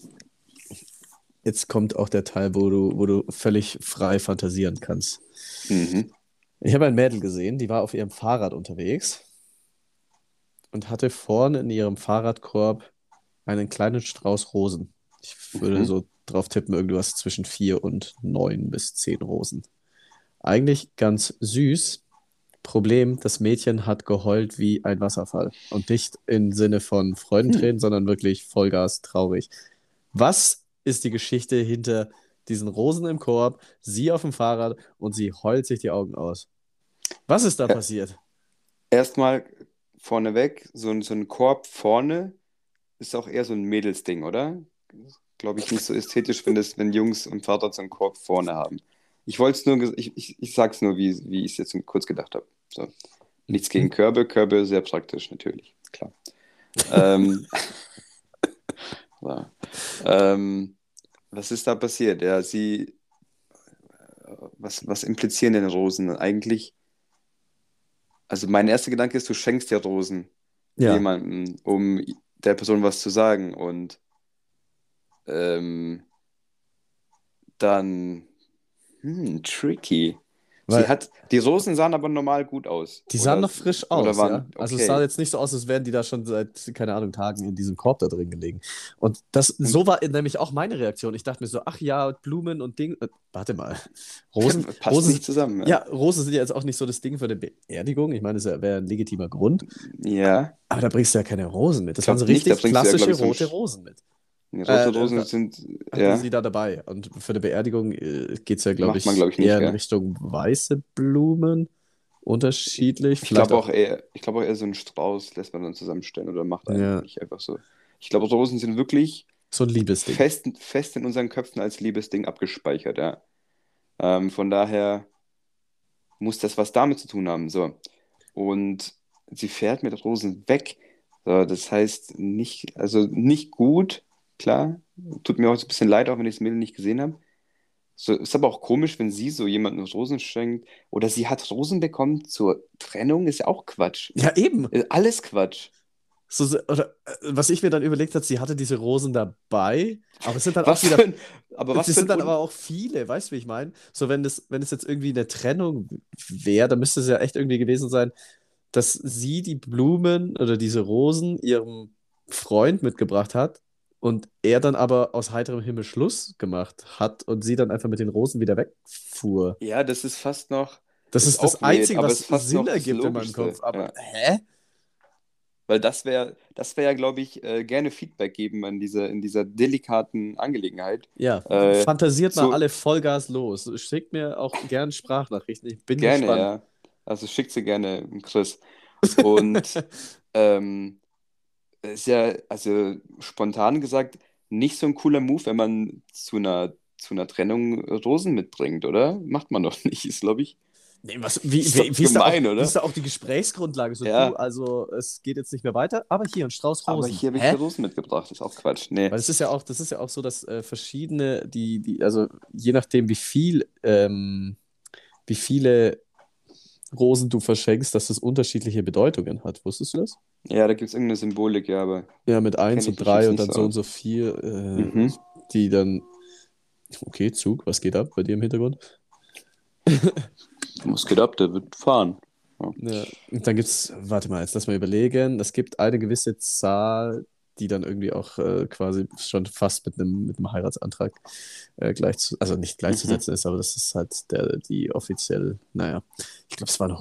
Speaker 2: jetzt kommt auch der Teil, wo du völlig frei fantasieren kannst.
Speaker 1: Mhm.
Speaker 2: Ich habe ein Mädel gesehen, die war auf ihrem Fahrrad unterwegs und hatte vorne in ihrem Fahrradkorb einen kleinen Strauß Rosen. Ich würde
Speaker 1: Mhm.
Speaker 2: so drauf tippen, irgendwas zwischen 4 und 9 bis 10 Rosen. Eigentlich ganz süß. Problem, das Mädchen hat geheult wie ein Wasserfall. Und nicht im Sinne von
Speaker 1: Hm.
Speaker 2: Freudentränen, sondern wirklich Vollgas traurig. Was ist die Geschichte hinter diesen Rosen im Korb, sie auf dem Fahrrad und sie heult sich die Augen aus? Was ist da
Speaker 1: Ja,
Speaker 2: passiert?
Speaker 1: erstmal vorneweg, so ein Korb vorne ist auch eher so ein Mädelsding, oder? Glaube ich nicht so ästhetisch, wenn Jungs und Vater so einen Korb vorne haben. Ich wollte es nur, ich sag's nur, wie ich es jetzt kurz gedacht habe. So. Nichts gegen
Speaker 2: Hm?
Speaker 1: Körbe sehr praktisch, natürlich, klar. Ähm, so. ähm, Was ist da passiert? Ja, was implizieren denn Rosen? Eigentlich, also mein erster Gedanke ist, du schenkst ja Rosen
Speaker 2: Ja,
Speaker 1: jemandem, um der Person was zu sagen. Und ähm, dann, tricky.
Speaker 2: Weil
Speaker 1: Die Rosen sahen aber normal gut aus.
Speaker 2: die sahen noch frisch
Speaker 1: Oder
Speaker 2: aus, ja.
Speaker 1: waren,
Speaker 2: Also es sah
Speaker 1: okay.
Speaker 2: jetzt nicht so aus, als wären die da schon seit, keine Ahnung, Tagen in diesem Korb da drin gelegen. Und so
Speaker 1: Und
Speaker 2: war nämlich auch meine Reaktion. Ich dachte mir so, ach ja, Blumen und Ding. Warte mal. Rosen,
Speaker 1: passt
Speaker 2: Rosen,
Speaker 1: nicht zusammen,
Speaker 2: ja,
Speaker 1: ja.
Speaker 2: Rosen sind ja jetzt auch nicht so das Ding für eine Beerdigung. Ich meine, das wäre ein legitimer Grund.
Speaker 1: Ja,
Speaker 2: Aber da bringst du ja keine Rosen mit.
Speaker 1: ich
Speaker 2: Das waren so
Speaker 1: glaube nicht, da
Speaker 2: richtig
Speaker 1: bringst du ja, glaube
Speaker 2: klassische
Speaker 1: ich, so ein.
Speaker 2: rote Rosen mit.
Speaker 1: Nee, rote
Speaker 2: Äh,
Speaker 1: Rosen
Speaker 2: äh,
Speaker 1: sind,
Speaker 2: hatte
Speaker 1: ja,
Speaker 2: sie da dabei. Und für eine Beerdigung geht es ja, glaube
Speaker 1: macht man,
Speaker 2: ich,
Speaker 1: glaube ich, nicht,
Speaker 2: eher in
Speaker 1: gell?
Speaker 2: Richtung weiße Blumen. Unterschiedlich. Vielleicht auch,
Speaker 1: Ich glaube auch eher so einen Strauß lässt man dann zusammenstellen oder macht einen
Speaker 2: ja,
Speaker 1: nicht einfach so. Ich glaube, Rosen sind wirklich
Speaker 2: so ein Liebesding.
Speaker 1: fest in unseren Köpfen als Liebesding abgespeichert, ja. Von daher muss das was damit zu tun haben. So. Und sie fährt mit Rosen weg. So, das heißt, also nicht gut, klar. Tut mir auch so ein bisschen leid, auch wenn ich das Mädel nicht gesehen habe. So, ist aber auch komisch, wenn sie so jemanden Rosen schenkt. Oder sie hat Rosen bekommen zur Trennung, ist ja auch Quatsch.
Speaker 2: Ja, eben.
Speaker 1: Alles Quatsch.
Speaker 2: Oder, was ich mir dann überlegt habe, sie hatte diese Rosen dabei, aber es sind dann auch
Speaker 1: Was
Speaker 2: wieder,
Speaker 1: für ein, aber was
Speaker 2: das
Speaker 1: für
Speaker 2: sind
Speaker 1: ein
Speaker 2: dann aber auch viele, weißt du, wie ich meine? So, wenn es jetzt irgendwie eine Trennung wäre, dann müsste es ja echt irgendwie gewesen sein, dass sie die Blumen oder diese Rosen ihrem Freund mitgebracht hat und er dann aber aus heiterem Himmel Schluss gemacht hat und sie dann einfach mit den Rosen wieder wegfuhr.
Speaker 1: Ja, das ist fast noch,
Speaker 2: Das
Speaker 1: ist
Speaker 2: ist das
Speaker 1: auch weird,
Speaker 2: Einzige,
Speaker 1: aber
Speaker 2: was
Speaker 1: es ist fast
Speaker 2: Sinn
Speaker 1: noch das
Speaker 2: ergibt in meinem
Speaker 1: Logischste.
Speaker 2: Kopf. Aber,
Speaker 1: Ja.
Speaker 2: hä?
Speaker 1: Weil das wär ja, glaube ich, gerne Feedback geben in dieser delikaten Angelegenheit.
Speaker 2: Ja,
Speaker 1: Äh,
Speaker 2: fantasiert mal
Speaker 1: so
Speaker 2: alle Vollgas los. Schickt mir auch gern Sprachnachrichten. Ich bin
Speaker 1: gerne,
Speaker 2: gespannt.
Speaker 1: ja. Also schickt sie gerne, Chris. Und ähm, ist ja, also spontan gesagt, nicht so ein cooler Move, wenn man zu einer Trennung Rosen mitbringt, oder? Macht man doch nicht, ist, glaube ich.
Speaker 2: Nee, was,
Speaker 1: Ist doch
Speaker 2: wie
Speaker 1: gemein,
Speaker 2: ist
Speaker 1: oder?
Speaker 2: da auch die Gesprächsgrundlage? So, du,
Speaker 1: Ja,
Speaker 2: also es geht jetzt nicht mehr weiter, aber hier ein Strauß
Speaker 1: aber
Speaker 2: Rosen.
Speaker 1: hier habe ich dir
Speaker 2: Hä?
Speaker 1: Rosen mitgebracht, ist auch Quatsch. Nee.
Speaker 2: Weil das ist ja auch so, dass verschiedene, also je nachdem, wie viele Rosen du verschenkst, dass das unterschiedliche Bedeutungen hat. Wusstest du das?
Speaker 1: Ja, da gibt es irgendeine Symbolik, ja, aber
Speaker 2: Ja, mit eins
Speaker 1: kenne
Speaker 2: und
Speaker 1: ich mich
Speaker 2: drei
Speaker 1: jetzt
Speaker 2: und
Speaker 1: nicht
Speaker 2: dann
Speaker 1: so
Speaker 2: so und
Speaker 1: aus.
Speaker 2: so vier,
Speaker 1: Mhm.
Speaker 2: die dann. Okay, Zug, was geht ab bei dir im Hintergrund?
Speaker 1: Was geht ab? Der wird fahren. Ja.
Speaker 2: Ja, und dann gibt es, warte mal, jetzt lass mal überlegen. Es gibt eine gewisse Zahl, die dann irgendwie auch quasi schon fast mit einem Heiratsantrag also nicht
Speaker 1: Mhm.
Speaker 2: gleichzusetzen ist, aber das ist halt die offiziell, naja, ich glaube, es waren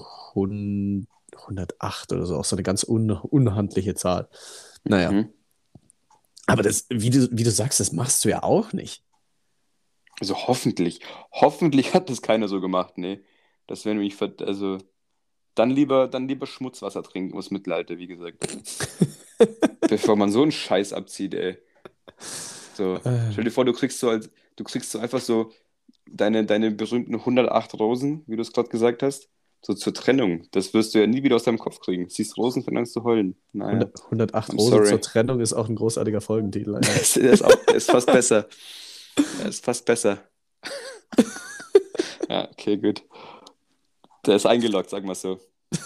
Speaker 2: 108 oder so, auch so eine ganz unhandliche Zahl. Naja,
Speaker 1: Mhm.
Speaker 2: aber das, wie du sagst, das machst du ja auch nicht.
Speaker 1: Also hoffentlich hat das keiner so gemacht. Nee, das wäre nämlich, also dann lieber Schmutzwasser trinken aus Mittelalter, wie gesagt. Bevor man so einen Scheiß abzieht, ey. So,
Speaker 2: Äh,
Speaker 1: stell dir vor, du kriegst so einfach so deine berühmten 108 Rosen, wie du es gerade gesagt hast, so zur Trennung. Das wirst du ja nie wieder aus deinem Kopf kriegen. Siehst Rosen, fängst an zu heulen. Naja,
Speaker 2: 108
Speaker 1: I'm
Speaker 2: Rosen zur
Speaker 1: sorry.
Speaker 2: Trennung ist auch ein großartiger Folgentitel eigentlich.
Speaker 1: Der ist fast besser. Der ist fast besser. Ja, okay, gut. Der ist eingeloggt, sagen wir so.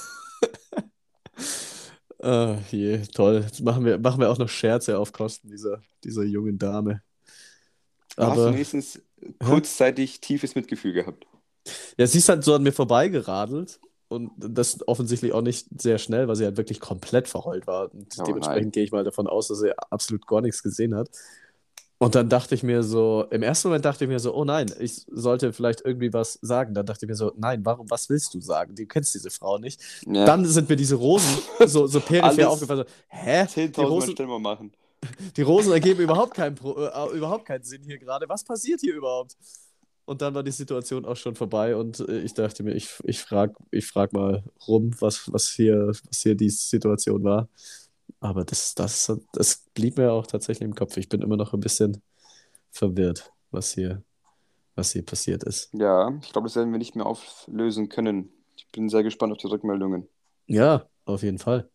Speaker 2: Toll. Jetzt machen wir auch noch Scherze auf Kosten dieser jungen Dame.
Speaker 1: Aber hast du
Speaker 2: Aber,
Speaker 1: wenigstens
Speaker 2: hä?
Speaker 1: kurzzeitig tiefes Mitgefühl gehabt?
Speaker 2: Ja, sie ist halt so an mir vorbeigeradelt und das offensichtlich auch nicht sehr schnell, weil sie halt wirklich komplett verheult war. Und
Speaker 1: Oh nein.
Speaker 2: dementsprechend gehe ich mal davon aus, dass sie absolut gar nichts gesehen hat. Und dann dachte ich mir so, im ersten Moment dachte ich mir so, oh nein, ich sollte vielleicht irgendwie was sagen. Dann dachte ich mir so, nein, was willst du sagen? Du kennst diese Frau nicht.
Speaker 1: Ja.
Speaker 2: Dann sind mir diese Rosen so peripher
Speaker 1: Alles
Speaker 2: aufgefallen. So, hä? Die
Speaker 1: 10.000 Mal
Speaker 2: Rosen,
Speaker 1: Stellen mal machen.
Speaker 2: die Rosen ergeben überhaupt keinen Sinn hier gerade. Was passiert hier überhaupt? Und dann war die Situation auch schon vorbei und ich dachte mir, ich frag mal rum, was hier die Situation war. Aber das blieb mir auch tatsächlich im Kopf. Ich bin immer noch ein bisschen verwirrt, was hier passiert ist.
Speaker 1: Ja, ich glaube, das werden wir nicht mehr auflösen können. Ich bin sehr gespannt auf die Rückmeldungen.
Speaker 2: Ja, auf jeden Fall.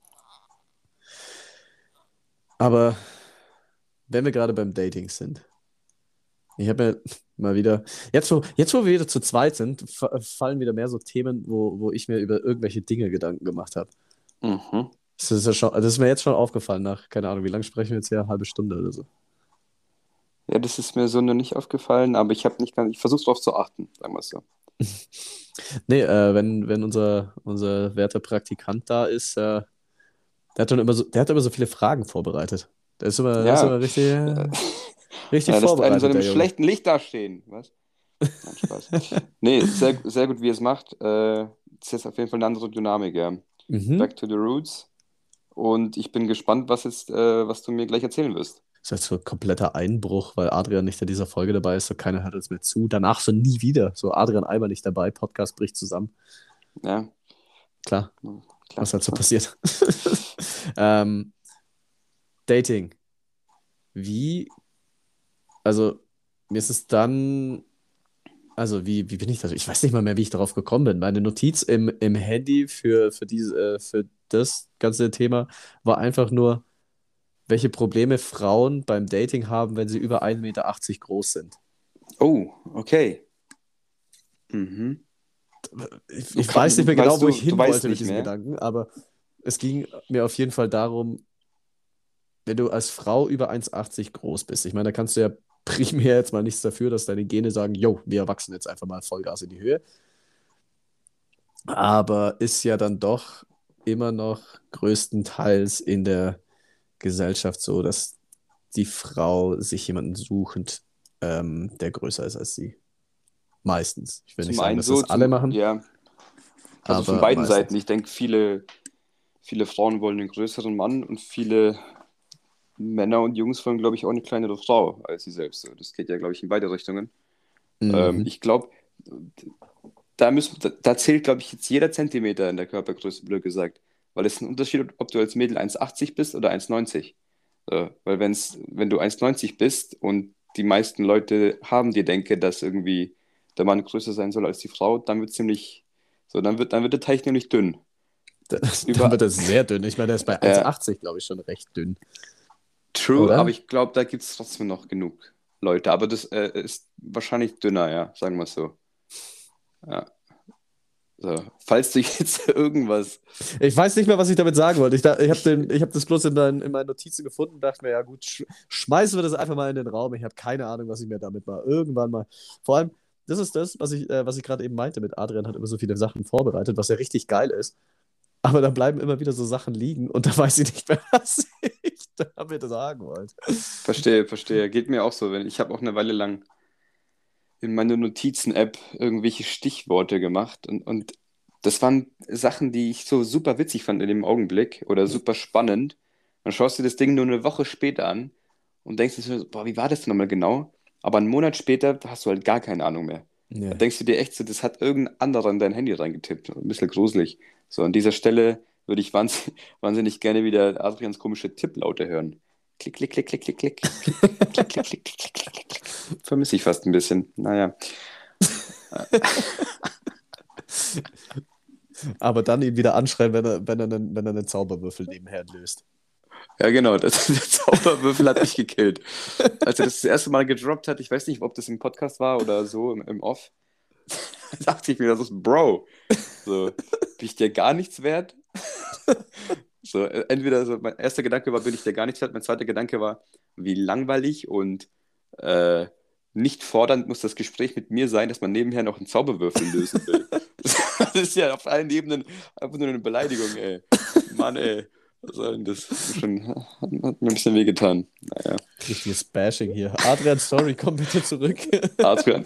Speaker 2: Aber wenn wir gerade beim Dating sind, ich habe mir mal wieder, jetzt wo wir wieder zu zweit sind, fallen wieder mehr so Themen, wo ich mir über irgendwelche Dinge Gedanken gemacht habe.
Speaker 1: Mhm.
Speaker 2: Das ist mir jetzt schon aufgefallen nach, keine Ahnung, wie lange sprechen wir jetzt hier? Eine halbe Stunde oder so.
Speaker 1: Ja, das ist mir so noch nicht aufgefallen, aber ich versuche darauf zu achten, sagen wir es so.
Speaker 2: Nee, wenn unser werter Praktikant da ist, der hat immer so viele Fragen vorbereitet. Der ist immer
Speaker 1: Ja,
Speaker 2: richtig,
Speaker 1: äh,
Speaker 2: richtig
Speaker 1: er lässt einen in so
Speaker 2: vorbereitet,
Speaker 1: einem
Speaker 2: der Junge.
Speaker 1: schlechten Licht dastehen. Was? Nein, Spaß. Nee, sehr, sehr gut, wie er es macht. Das ist auf jeden Fall eine andere Dynamik, ja.
Speaker 2: Mhm.
Speaker 1: Back to the Roots. Und ich bin gespannt, was du mir gleich erzählen wirst.
Speaker 2: Das ist jetzt so ein kompletter Einbruch, weil Adrian nicht in dieser Folge dabei ist, so keiner hört uns mehr zu. Danach so nie wieder. So Adrian Eiber nicht dabei, Podcast bricht zusammen.
Speaker 1: Ja,
Speaker 2: Klar,
Speaker 1: klar.
Speaker 2: was halt so passiert. ähm, Dating. Wie, also mir ist es dann, also wie bin ich das? Ich weiß nicht mal mehr, wie ich darauf gekommen bin. Meine Notiz im Handy für das ganze Thema war einfach nur, welche Probleme Frauen beim Dating haben, wenn sie über 1,80 Meter groß sind.
Speaker 1: Oh, okay. Mhm.
Speaker 2: Ich weiß nicht mehr genau,
Speaker 1: Weißt
Speaker 2: wo ich
Speaker 1: du
Speaker 2: hin
Speaker 1: weißt
Speaker 2: wollte mit
Speaker 1: nicht
Speaker 2: diesem
Speaker 1: mehr?
Speaker 2: Gedanken, aber es ging mir auf jeden Fall darum, wenn du als Frau über 1,80 groß bist. Ich meine, da kannst du ja primär jetzt mal nichts dafür, dass deine Gene sagen, jo, wir wachsen jetzt einfach mal Vollgas in die Höhe. Aber ist ja dann doch immer noch größtenteils in der Gesellschaft so, dass die Frau sich jemanden sucht, der größer ist als sie. Meistens. Ich will nicht
Speaker 1: Zum
Speaker 2: sagen,
Speaker 1: einen
Speaker 2: dass
Speaker 1: so,
Speaker 2: das alle machen,
Speaker 1: ja, also von
Speaker 2: aber
Speaker 1: beiden Seiten.
Speaker 2: meistens.
Speaker 1: Ich denke, viele Frauen wollen einen größeren Mann und viele Männer und Jungs wollen, glaube ich, auch eine kleinere Frau als sie selbst. So, das geht ja, glaube ich, in beide Richtungen.
Speaker 2: Mhm.
Speaker 1: Ich glaube, da zählt, glaube ich, jetzt jeder Zentimeter in der Körpergröße, blöd gesagt. Weil es ist ein Unterschied, ob du als Mädel 1,80 bist oder 1,90. Weil wenn du 1,90 bist und die meisten Leute haben die Denke, dass irgendwie der Mann größer sein soll als die Frau, dann wird ziemlich, so, dann wird der Teich nämlich dünn.
Speaker 2: Dann wird
Speaker 1: Über,
Speaker 2: das sehr dünn. Ich meine, der ist bei
Speaker 1: äh,
Speaker 2: 1,80, glaube ich, schon recht dünn,
Speaker 1: True, aber
Speaker 2: oder?
Speaker 1: ich glaube, da gibt es trotzdem noch genug Leute. Aber das ist wahrscheinlich dünner, ja, sagen wir es so. Ja. So. Falls du jetzt irgendwas.
Speaker 2: Ich weiß nicht mehr, was ich damit sagen wollte. Ich hab das bloß in meinen Notizen gefunden und dachte mir, ja gut, schmeißen wir das einfach mal in den Raum. Ich habe keine Ahnung, was ich mir damit mal irgendwann mal. Vor allem, das ist das, was ich gerade eben meinte mit Adrian hat immer so viele Sachen vorbereitet, was ja richtig geil ist. Aber dann bleiben immer wieder so Sachen liegen und da weiß ich nicht mehr, was ich damit sagen wollte.
Speaker 1: Verstehe, verstehe. Geht mir auch so. Ich habe auch eine Weile lang in meiner Notizen-App irgendwelche Stichworte gemacht und das waren Sachen, die ich so super witzig fand in dem Augenblick oder super spannend. Dann schaust du das Ding nur eine Woche später an und denkst dir so, boah, wie war das denn nochmal genau? Aber einen Monat später hast du halt gar keine Ahnung mehr. Da
Speaker 2: Nee.
Speaker 1: denkst du dir echt so, das hat irgendein anderer in dein Handy reingetippt. Ein bisschen gruselig. So, an dieser Stelle würde ich wahnsinnig gerne wieder Adrians komische Tipplaute hören. Klick, klick, klick, klick, klick, klick, klick, klick, klick, klick, klick, klick, klick, klick. Vermisse ich fast ein bisschen. Naja.
Speaker 2: Aber dann ihn wieder anschreien, wenn er einen Zauberwürfel nebenher löst.
Speaker 1: Ja, genau, der Zauberwürfel hat mich gekillt. Als er das erste Mal gedroppt hat, ich weiß nicht, ob das im Podcast war oder so im Off, dachte ich mir, das ist Bro. So, bin ich dir gar nichts wert? So, entweder so, mein erster Gedanke war, bin ich dir gar nichts wert? Mein zweiter Gedanke war, wie langweilig und äh, nicht fordernd muss das Gespräch mit mir sein, dass man nebenher noch einen Zauberwürfel lösen will. Das ist ja auf allen Ebenen einfach nur eine Beleidigung, ey. Mann, ey. Was soll denn das? Hat mir ein bisschen wehgetan. Naja,
Speaker 2: Richtiges Bashing hier. Adrian, sorry, komm bitte zurück.
Speaker 1: Adrian,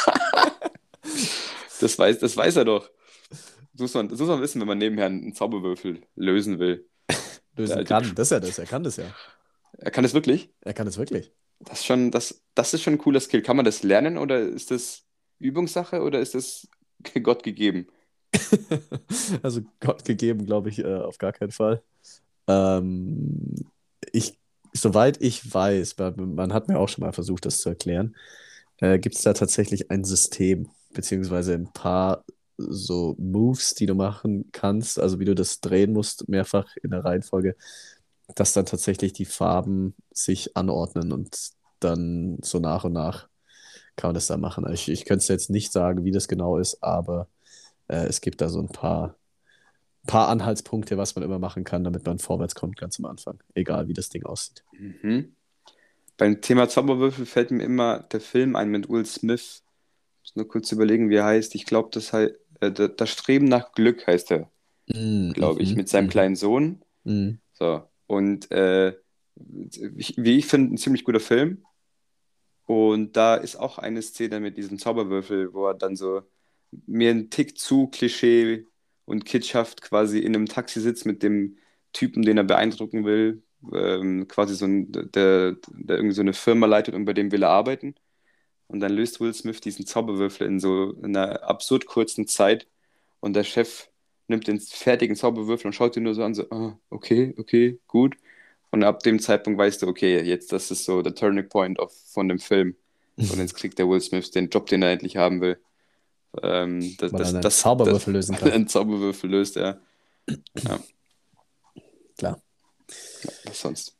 Speaker 1: das weiß er doch. Das muss man wissen, wenn man nebenher einen Zauberwürfel lösen will. Der
Speaker 2: Lösen
Speaker 1: alte
Speaker 2: kann. Das ist ja das. Er kann das ja.
Speaker 1: Er kann das wirklich?
Speaker 2: Er kann das wirklich.
Speaker 1: Das ist schon ein cooler Skill. Kann man das lernen oder ist das Übungssache oder ist das Gott gegeben?
Speaker 2: Also Gott gegeben, glaube ich, auf gar keinen Fall. Ähm, soweit ich weiß, man hat mir auch schon mal versucht, das zu erklären, gibt es da tatsächlich ein System, beziehungsweise ein paar so Moves, die du machen kannst, also wie du das drehen musst, mehrfach in der Reihenfolge, dass dann tatsächlich die Farben sich anordnen und dann so nach und nach kann man das da machen. Also ich könnte es jetzt nicht sagen, wie das genau ist, aber es gibt da so ein paar Anhaltspunkte, was man immer machen kann, damit man vorwärts kommt, ganz am Anfang. Egal, wie das Ding aussieht.
Speaker 1: Mhm. Beim Thema Zauberwürfel fällt mir immer der Film ein mit Will Smith, Muss nur kurz überlegen, wie er heißt. Ich glaube, das Streben nach Glück heißt er, glaube ich,
Speaker 2: Mhm,
Speaker 1: mit seinem
Speaker 2: mhm,
Speaker 1: kleinen Sohn.
Speaker 2: mhm.
Speaker 1: So. Und wie ich finde, ein ziemlich guter Film. Und da ist auch eine Szene mit diesem Zauberwürfel, wo er dann so mir einen Tick zu Klischee und kitschhaft quasi in einem Taxi sitzt mit dem Typen, den er beeindrucken will. Quasi der irgendwie so eine Firma leitet und bei dem will er arbeiten. Und dann löst Will Smith diesen Zauberwürfel in so einer absurd kurzen Zeit. Und der Chef nimmt den fertigen Zauberwürfel und schaut ihn nur so an, so, ah, okay, okay, gut. Und ab dem Zeitpunkt weißt du, okay, jetzt das ist so der Turning Point von dem Film. Und jetzt kriegt der Will Smith den Job, den er endlich haben will.
Speaker 2: Weil er einen Zauberwürfel lösen
Speaker 1: Weil er
Speaker 2: kann.
Speaker 1: einen Zauberwürfel löst, ja. Ja,
Speaker 2: Klar.
Speaker 1: was sonst?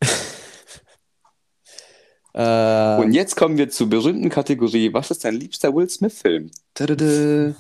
Speaker 1: Und
Speaker 2: Ähm,
Speaker 1: jetzt kommen wir zur berühmten Kategorie. Was ist dein liebster Will Smith-Film? Tadada.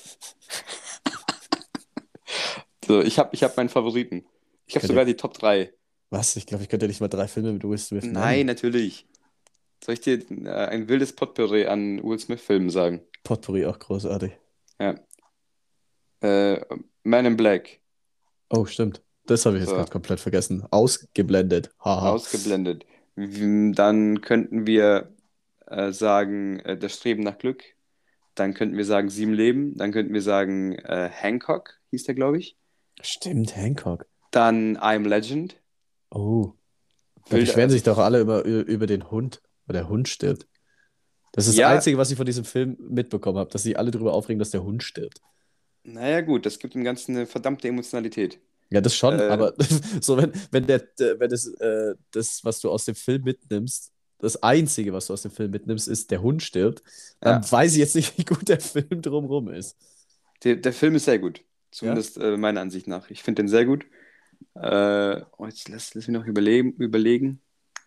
Speaker 1: So, ich hab meinen Favoriten. Ich
Speaker 2: ich
Speaker 1: habe sogar
Speaker 2: könnte,
Speaker 1: die Top 3.
Speaker 2: was? Ich glaube, ich könnte nicht mal 3 Filme mit Will Smith
Speaker 1: Nein,
Speaker 2: nennen.
Speaker 1: natürlich. Soll ich dir ein wildes Potpourri an Will Smith-Filmen sagen?
Speaker 2: Potpourri auch großartig.
Speaker 1: Ja. Äh, Man in Black.
Speaker 2: Oh, stimmt. Das habe ich jetzt gerade
Speaker 1: So,
Speaker 2: komplett vergessen. Ausgeblendet. Haha.
Speaker 1: ausgeblendet. Dann könnten wir sagen, Das Streben nach Glück. Dann könnten wir sagen, Sieben Leben. Dann könnten wir sagen, Hancock, hieß der, glaube ich.
Speaker 2: Stimmt, Hancock.
Speaker 1: Dann I'm Legend.
Speaker 2: Oh. Da
Speaker 1: Wilde,
Speaker 2: beschweren
Speaker 1: also,
Speaker 2: sich doch alle über den Hund, weil der Hund stirbt. Das ist das
Speaker 1: ja,
Speaker 2: Einzige, was ich von diesem Film mitbekommen habe, dass sie alle darüber aufregen, dass der Hund stirbt.
Speaker 1: naja, gut, das gibt dem Ganzen eine verdammte Emotionalität.
Speaker 2: Ja, das schon,
Speaker 1: Äh,
Speaker 2: aber so, wenn das, was du aus dem Film mitnimmst, das Einzige, was du aus dem Film mitnimmst, ist, der Hund stirbt, dann
Speaker 1: ja,
Speaker 2: weiß ich jetzt nicht, wie gut der Film drumherum ist.
Speaker 1: der Film ist sehr gut.
Speaker 2: Ja?
Speaker 1: Zumindest meiner Ansicht nach. Ich finde den sehr gut. Jetzt lass mich noch überlegen.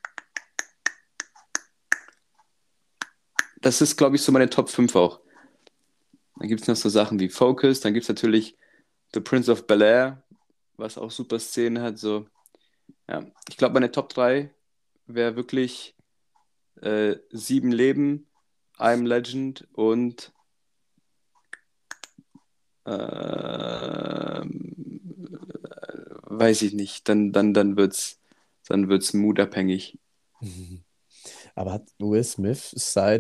Speaker 1: Das ist, glaube ich, so meine Top 5 auch. Dann gibt es noch so Sachen wie Focus. Dann gibt es natürlich The Prince of Bel-Air, was auch super Szenen hat. So. Ja. Ich glaube, meine Top 3 wäre wirklich Sieben Leben, I'm Legend und weiß ich nicht. Dann wird's moodabhängig.
Speaker 2: Mhm. Aber hat Will Smith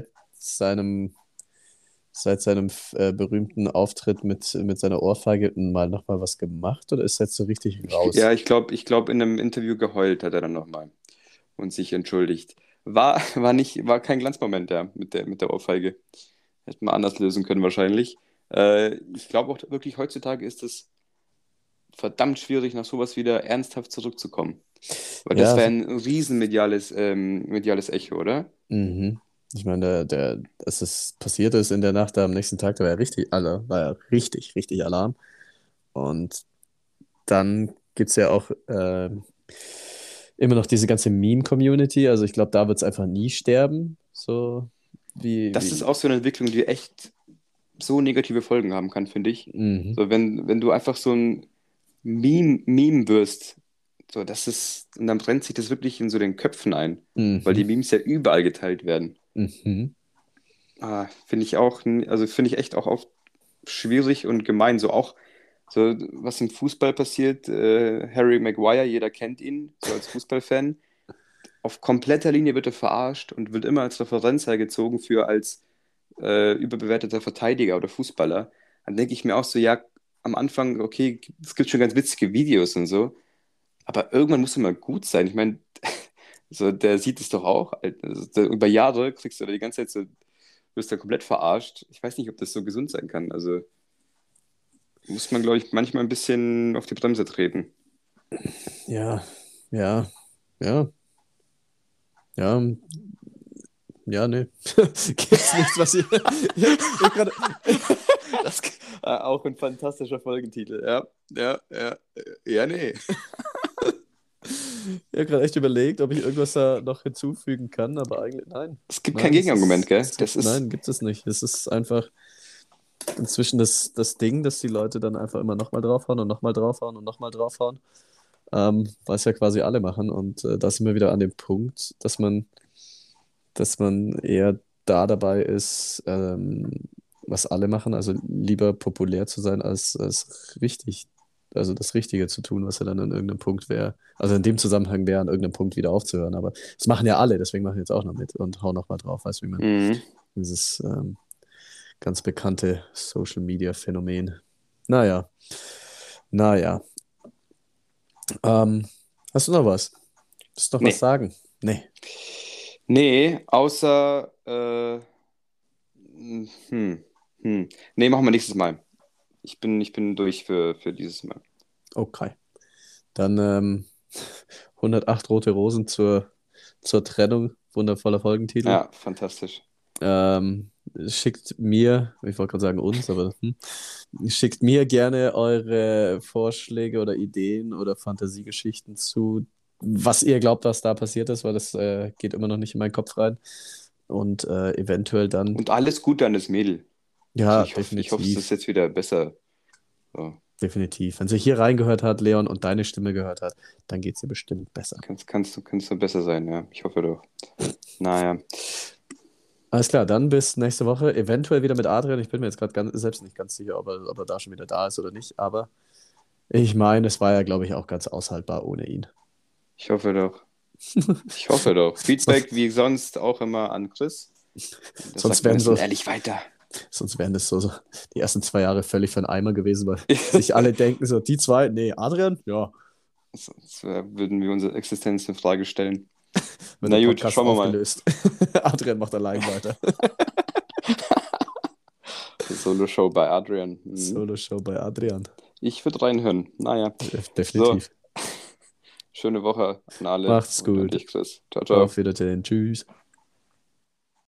Speaker 2: seit seinem berühmten Auftritt mit seiner Ohrfeige mal nochmal was gemacht oder ist er jetzt so richtig
Speaker 1: Ja,
Speaker 2: raus?
Speaker 1: ich glaub, in einem Interview geheult hat er dann nochmal und sich entschuldigt. War kein Glanzmoment, ja, mit der Ohrfeige. Hätte man anders lösen können wahrscheinlich. Ich glaube auch wirklich, heutzutage ist es verdammt schwierig, nach sowas wieder ernsthaft zurückzukommen. Weil das
Speaker 2: Ja,
Speaker 1: wäre ein riesen mediales Echo, oder?
Speaker 2: mhm. Ich meine, als es passiert ist in der Nacht, da am nächsten Tag, da war ja richtig, richtig Alarm. Und dann gibt es ja auch immer noch diese ganze Meme-Community. Also ich glaube, da wird es einfach nie sterben. So
Speaker 1: Das ist
Speaker 2: wie.
Speaker 1: auch so eine Entwicklung, die echt so negative Folgen haben kann, finde ich.
Speaker 2: Mhm.
Speaker 1: So, wenn du einfach so ein Meme wirst, so, und dann brennt sich das wirklich in so den Köpfen ein, weil
Speaker 2: Mhm.
Speaker 1: die Memes ja überall geteilt werden.
Speaker 2: Mhm.
Speaker 1: Finde ich auch, also finde ich echt auch oft schwierig und gemein. So auch, so was im Fußball passiert, Harry Maguire, jeder kennt ihn, so als Fußballfan. Auf kompletter Linie wird er verarscht und wird immer als Referenz hergezogen für als überbewerteter Verteidiger oder Fußballer. Dann denke ich mir auch so, ja, am Anfang, okay, es gibt schon ganz witzige Videos und so, aber irgendwann muss er mal gut sein. Ich meine, so, der sieht es doch auch. Also, über Jahre kriegst du da die ganze Zeit so, wirst da komplett verarscht. Ich weiß nicht, ob das so gesund sein kann. Also muss man, glaube ich, manchmal ein bisschen auf die Bremse treten.
Speaker 2: Ja, ja, ja, ja, ja, nee. Gibt's nichts, was ich. Ich hab grad,
Speaker 1: Das auch ein fantastischer Folgentitel. Ja, ja, ja, ja, nee.
Speaker 2: ich hab grad echt überlegt, ob ich irgendwas da noch hinzufügen kann, aber eigentlich nein.
Speaker 1: Es gibt kein
Speaker 2: Nein,
Speaker 1: Gegenargument, gell?
Speaker 2: nein, gibt es nicht. Es ist einfach inzwischen das Ding, dass die Leute dann einfach immer nochmal draufhauen und nochmal draufhauen und nochmal draufhauen, was ja quasi alle machen. Und da sind wir wieder an dem Punkt, dass man eher da dabei ist, was alle machen, also lieber populär zu sein, als richtig, also das Richtige zu tun, was ja dann an irgendeinem Punkt wäre, also in dem Zusammenhang wäre, an irgendeinem Punkt wieder aufzuhören. Aber das machen ja alle, deswegen mache ich jetzt auch noch mit und hau noch mal drauf, weißt du, wie man
Speaker 1: Mhm.
Speaker 2: dieses ganz bekannte Social Media Phänomen. Naja, naja. Hast du noch was? Willst du noch was
Speaker 1: Nee.
Speaker 2: sagen? Nee.
Speaker 1: Nee, außer. Nee, machen wir nächstes Mal. Ich bin durch für dieses Mal.
Speaker 2: Okay. Dann 108 rote Rosen zur Trennung. Wundervoller Folgentitel.
Speaker 1: Ja, fantastisch.
Speaker 2: Schickt mir, ich wollte gerade sagen uns, aber schickt mir gerne eure Vorschläge oder Ideen oder Fantasiegeschichten zu, was ihr glaubt, was da passiert ist, weil das geht immer noch nicht in meinen Kopf rein. Und eventuell dann,
Speaker 1: Und alles Gute an das Mädel. Also
Speaker 2: ja,
Speaker 1: ich hoffe, es ist
Speaker 2: definitiv,
Speaker 1: jetzt wieder besser. So,
Speaker 2: definitiv. Wenn sie hier reingehört hat, Leon, und deine Stimme gehört hat, dann geht es ihr bestimmt besser.
Speaker 1: kannst du besser sein, ja. Ich hoffe doch. Naja.
Speaker 2: Alles klar, dann bis nächste Woche. Eventuell wieder mit Adrian. Ich bin mir jetzt gerade selbst nicht ganz sicher, ob er da schon wieder da ist oder nicht. Aber ich meine, es war ja, glaube ich, auch ganz aushaltbar ohne ihn.
Speaker 1: Ich hoffe doch. Ich hoffe doch.
Speaker 2: Sonst,
Speaker 1: Feedback wie sonst auch immer an Chris. Das
Speaker 2: sonst
Speaker 1: sagt man
Speaker 2: wären
Speaker 1: das dann
Speaker 2: so,
Speaker 1: ehrlich weiter.
Speaker 2: sonst wären das so die ersten 2 Jahre völlig für einen Eimer gewesen, weil sich alle denken so, die zwei, nee, Adrian, ja,
Speaker 1: Sonst würden wir unsere Existenz in Frage stellen.
Speaker 2: wird
Speaker 1: Na
Speaker 2: der
Speaker 1: gut,
Speaker 2: Podcast
Speaker 1: schauen wir mal.
Speaker 2: aufgelöst. Adrian macht allein weiter.
Speaker 1: Solo-Show bei Adrian. Mhm.
Speaker 2: Solo-Show bei Adrian.
Speaker 1: Ich würde reinhören. Naja. So,
Speaker 2: Definitiv.
Speaker 1: schöne Woche an alle
Speaker 2: Macht's
Speaker 1: und an
Speaker 2: gut.
Speaker 1: dich, Chris. Ciao,
Speaker 2: Auf
Speaker 1: ciao.
Speaker 2: Wiedersehen. Tschüss.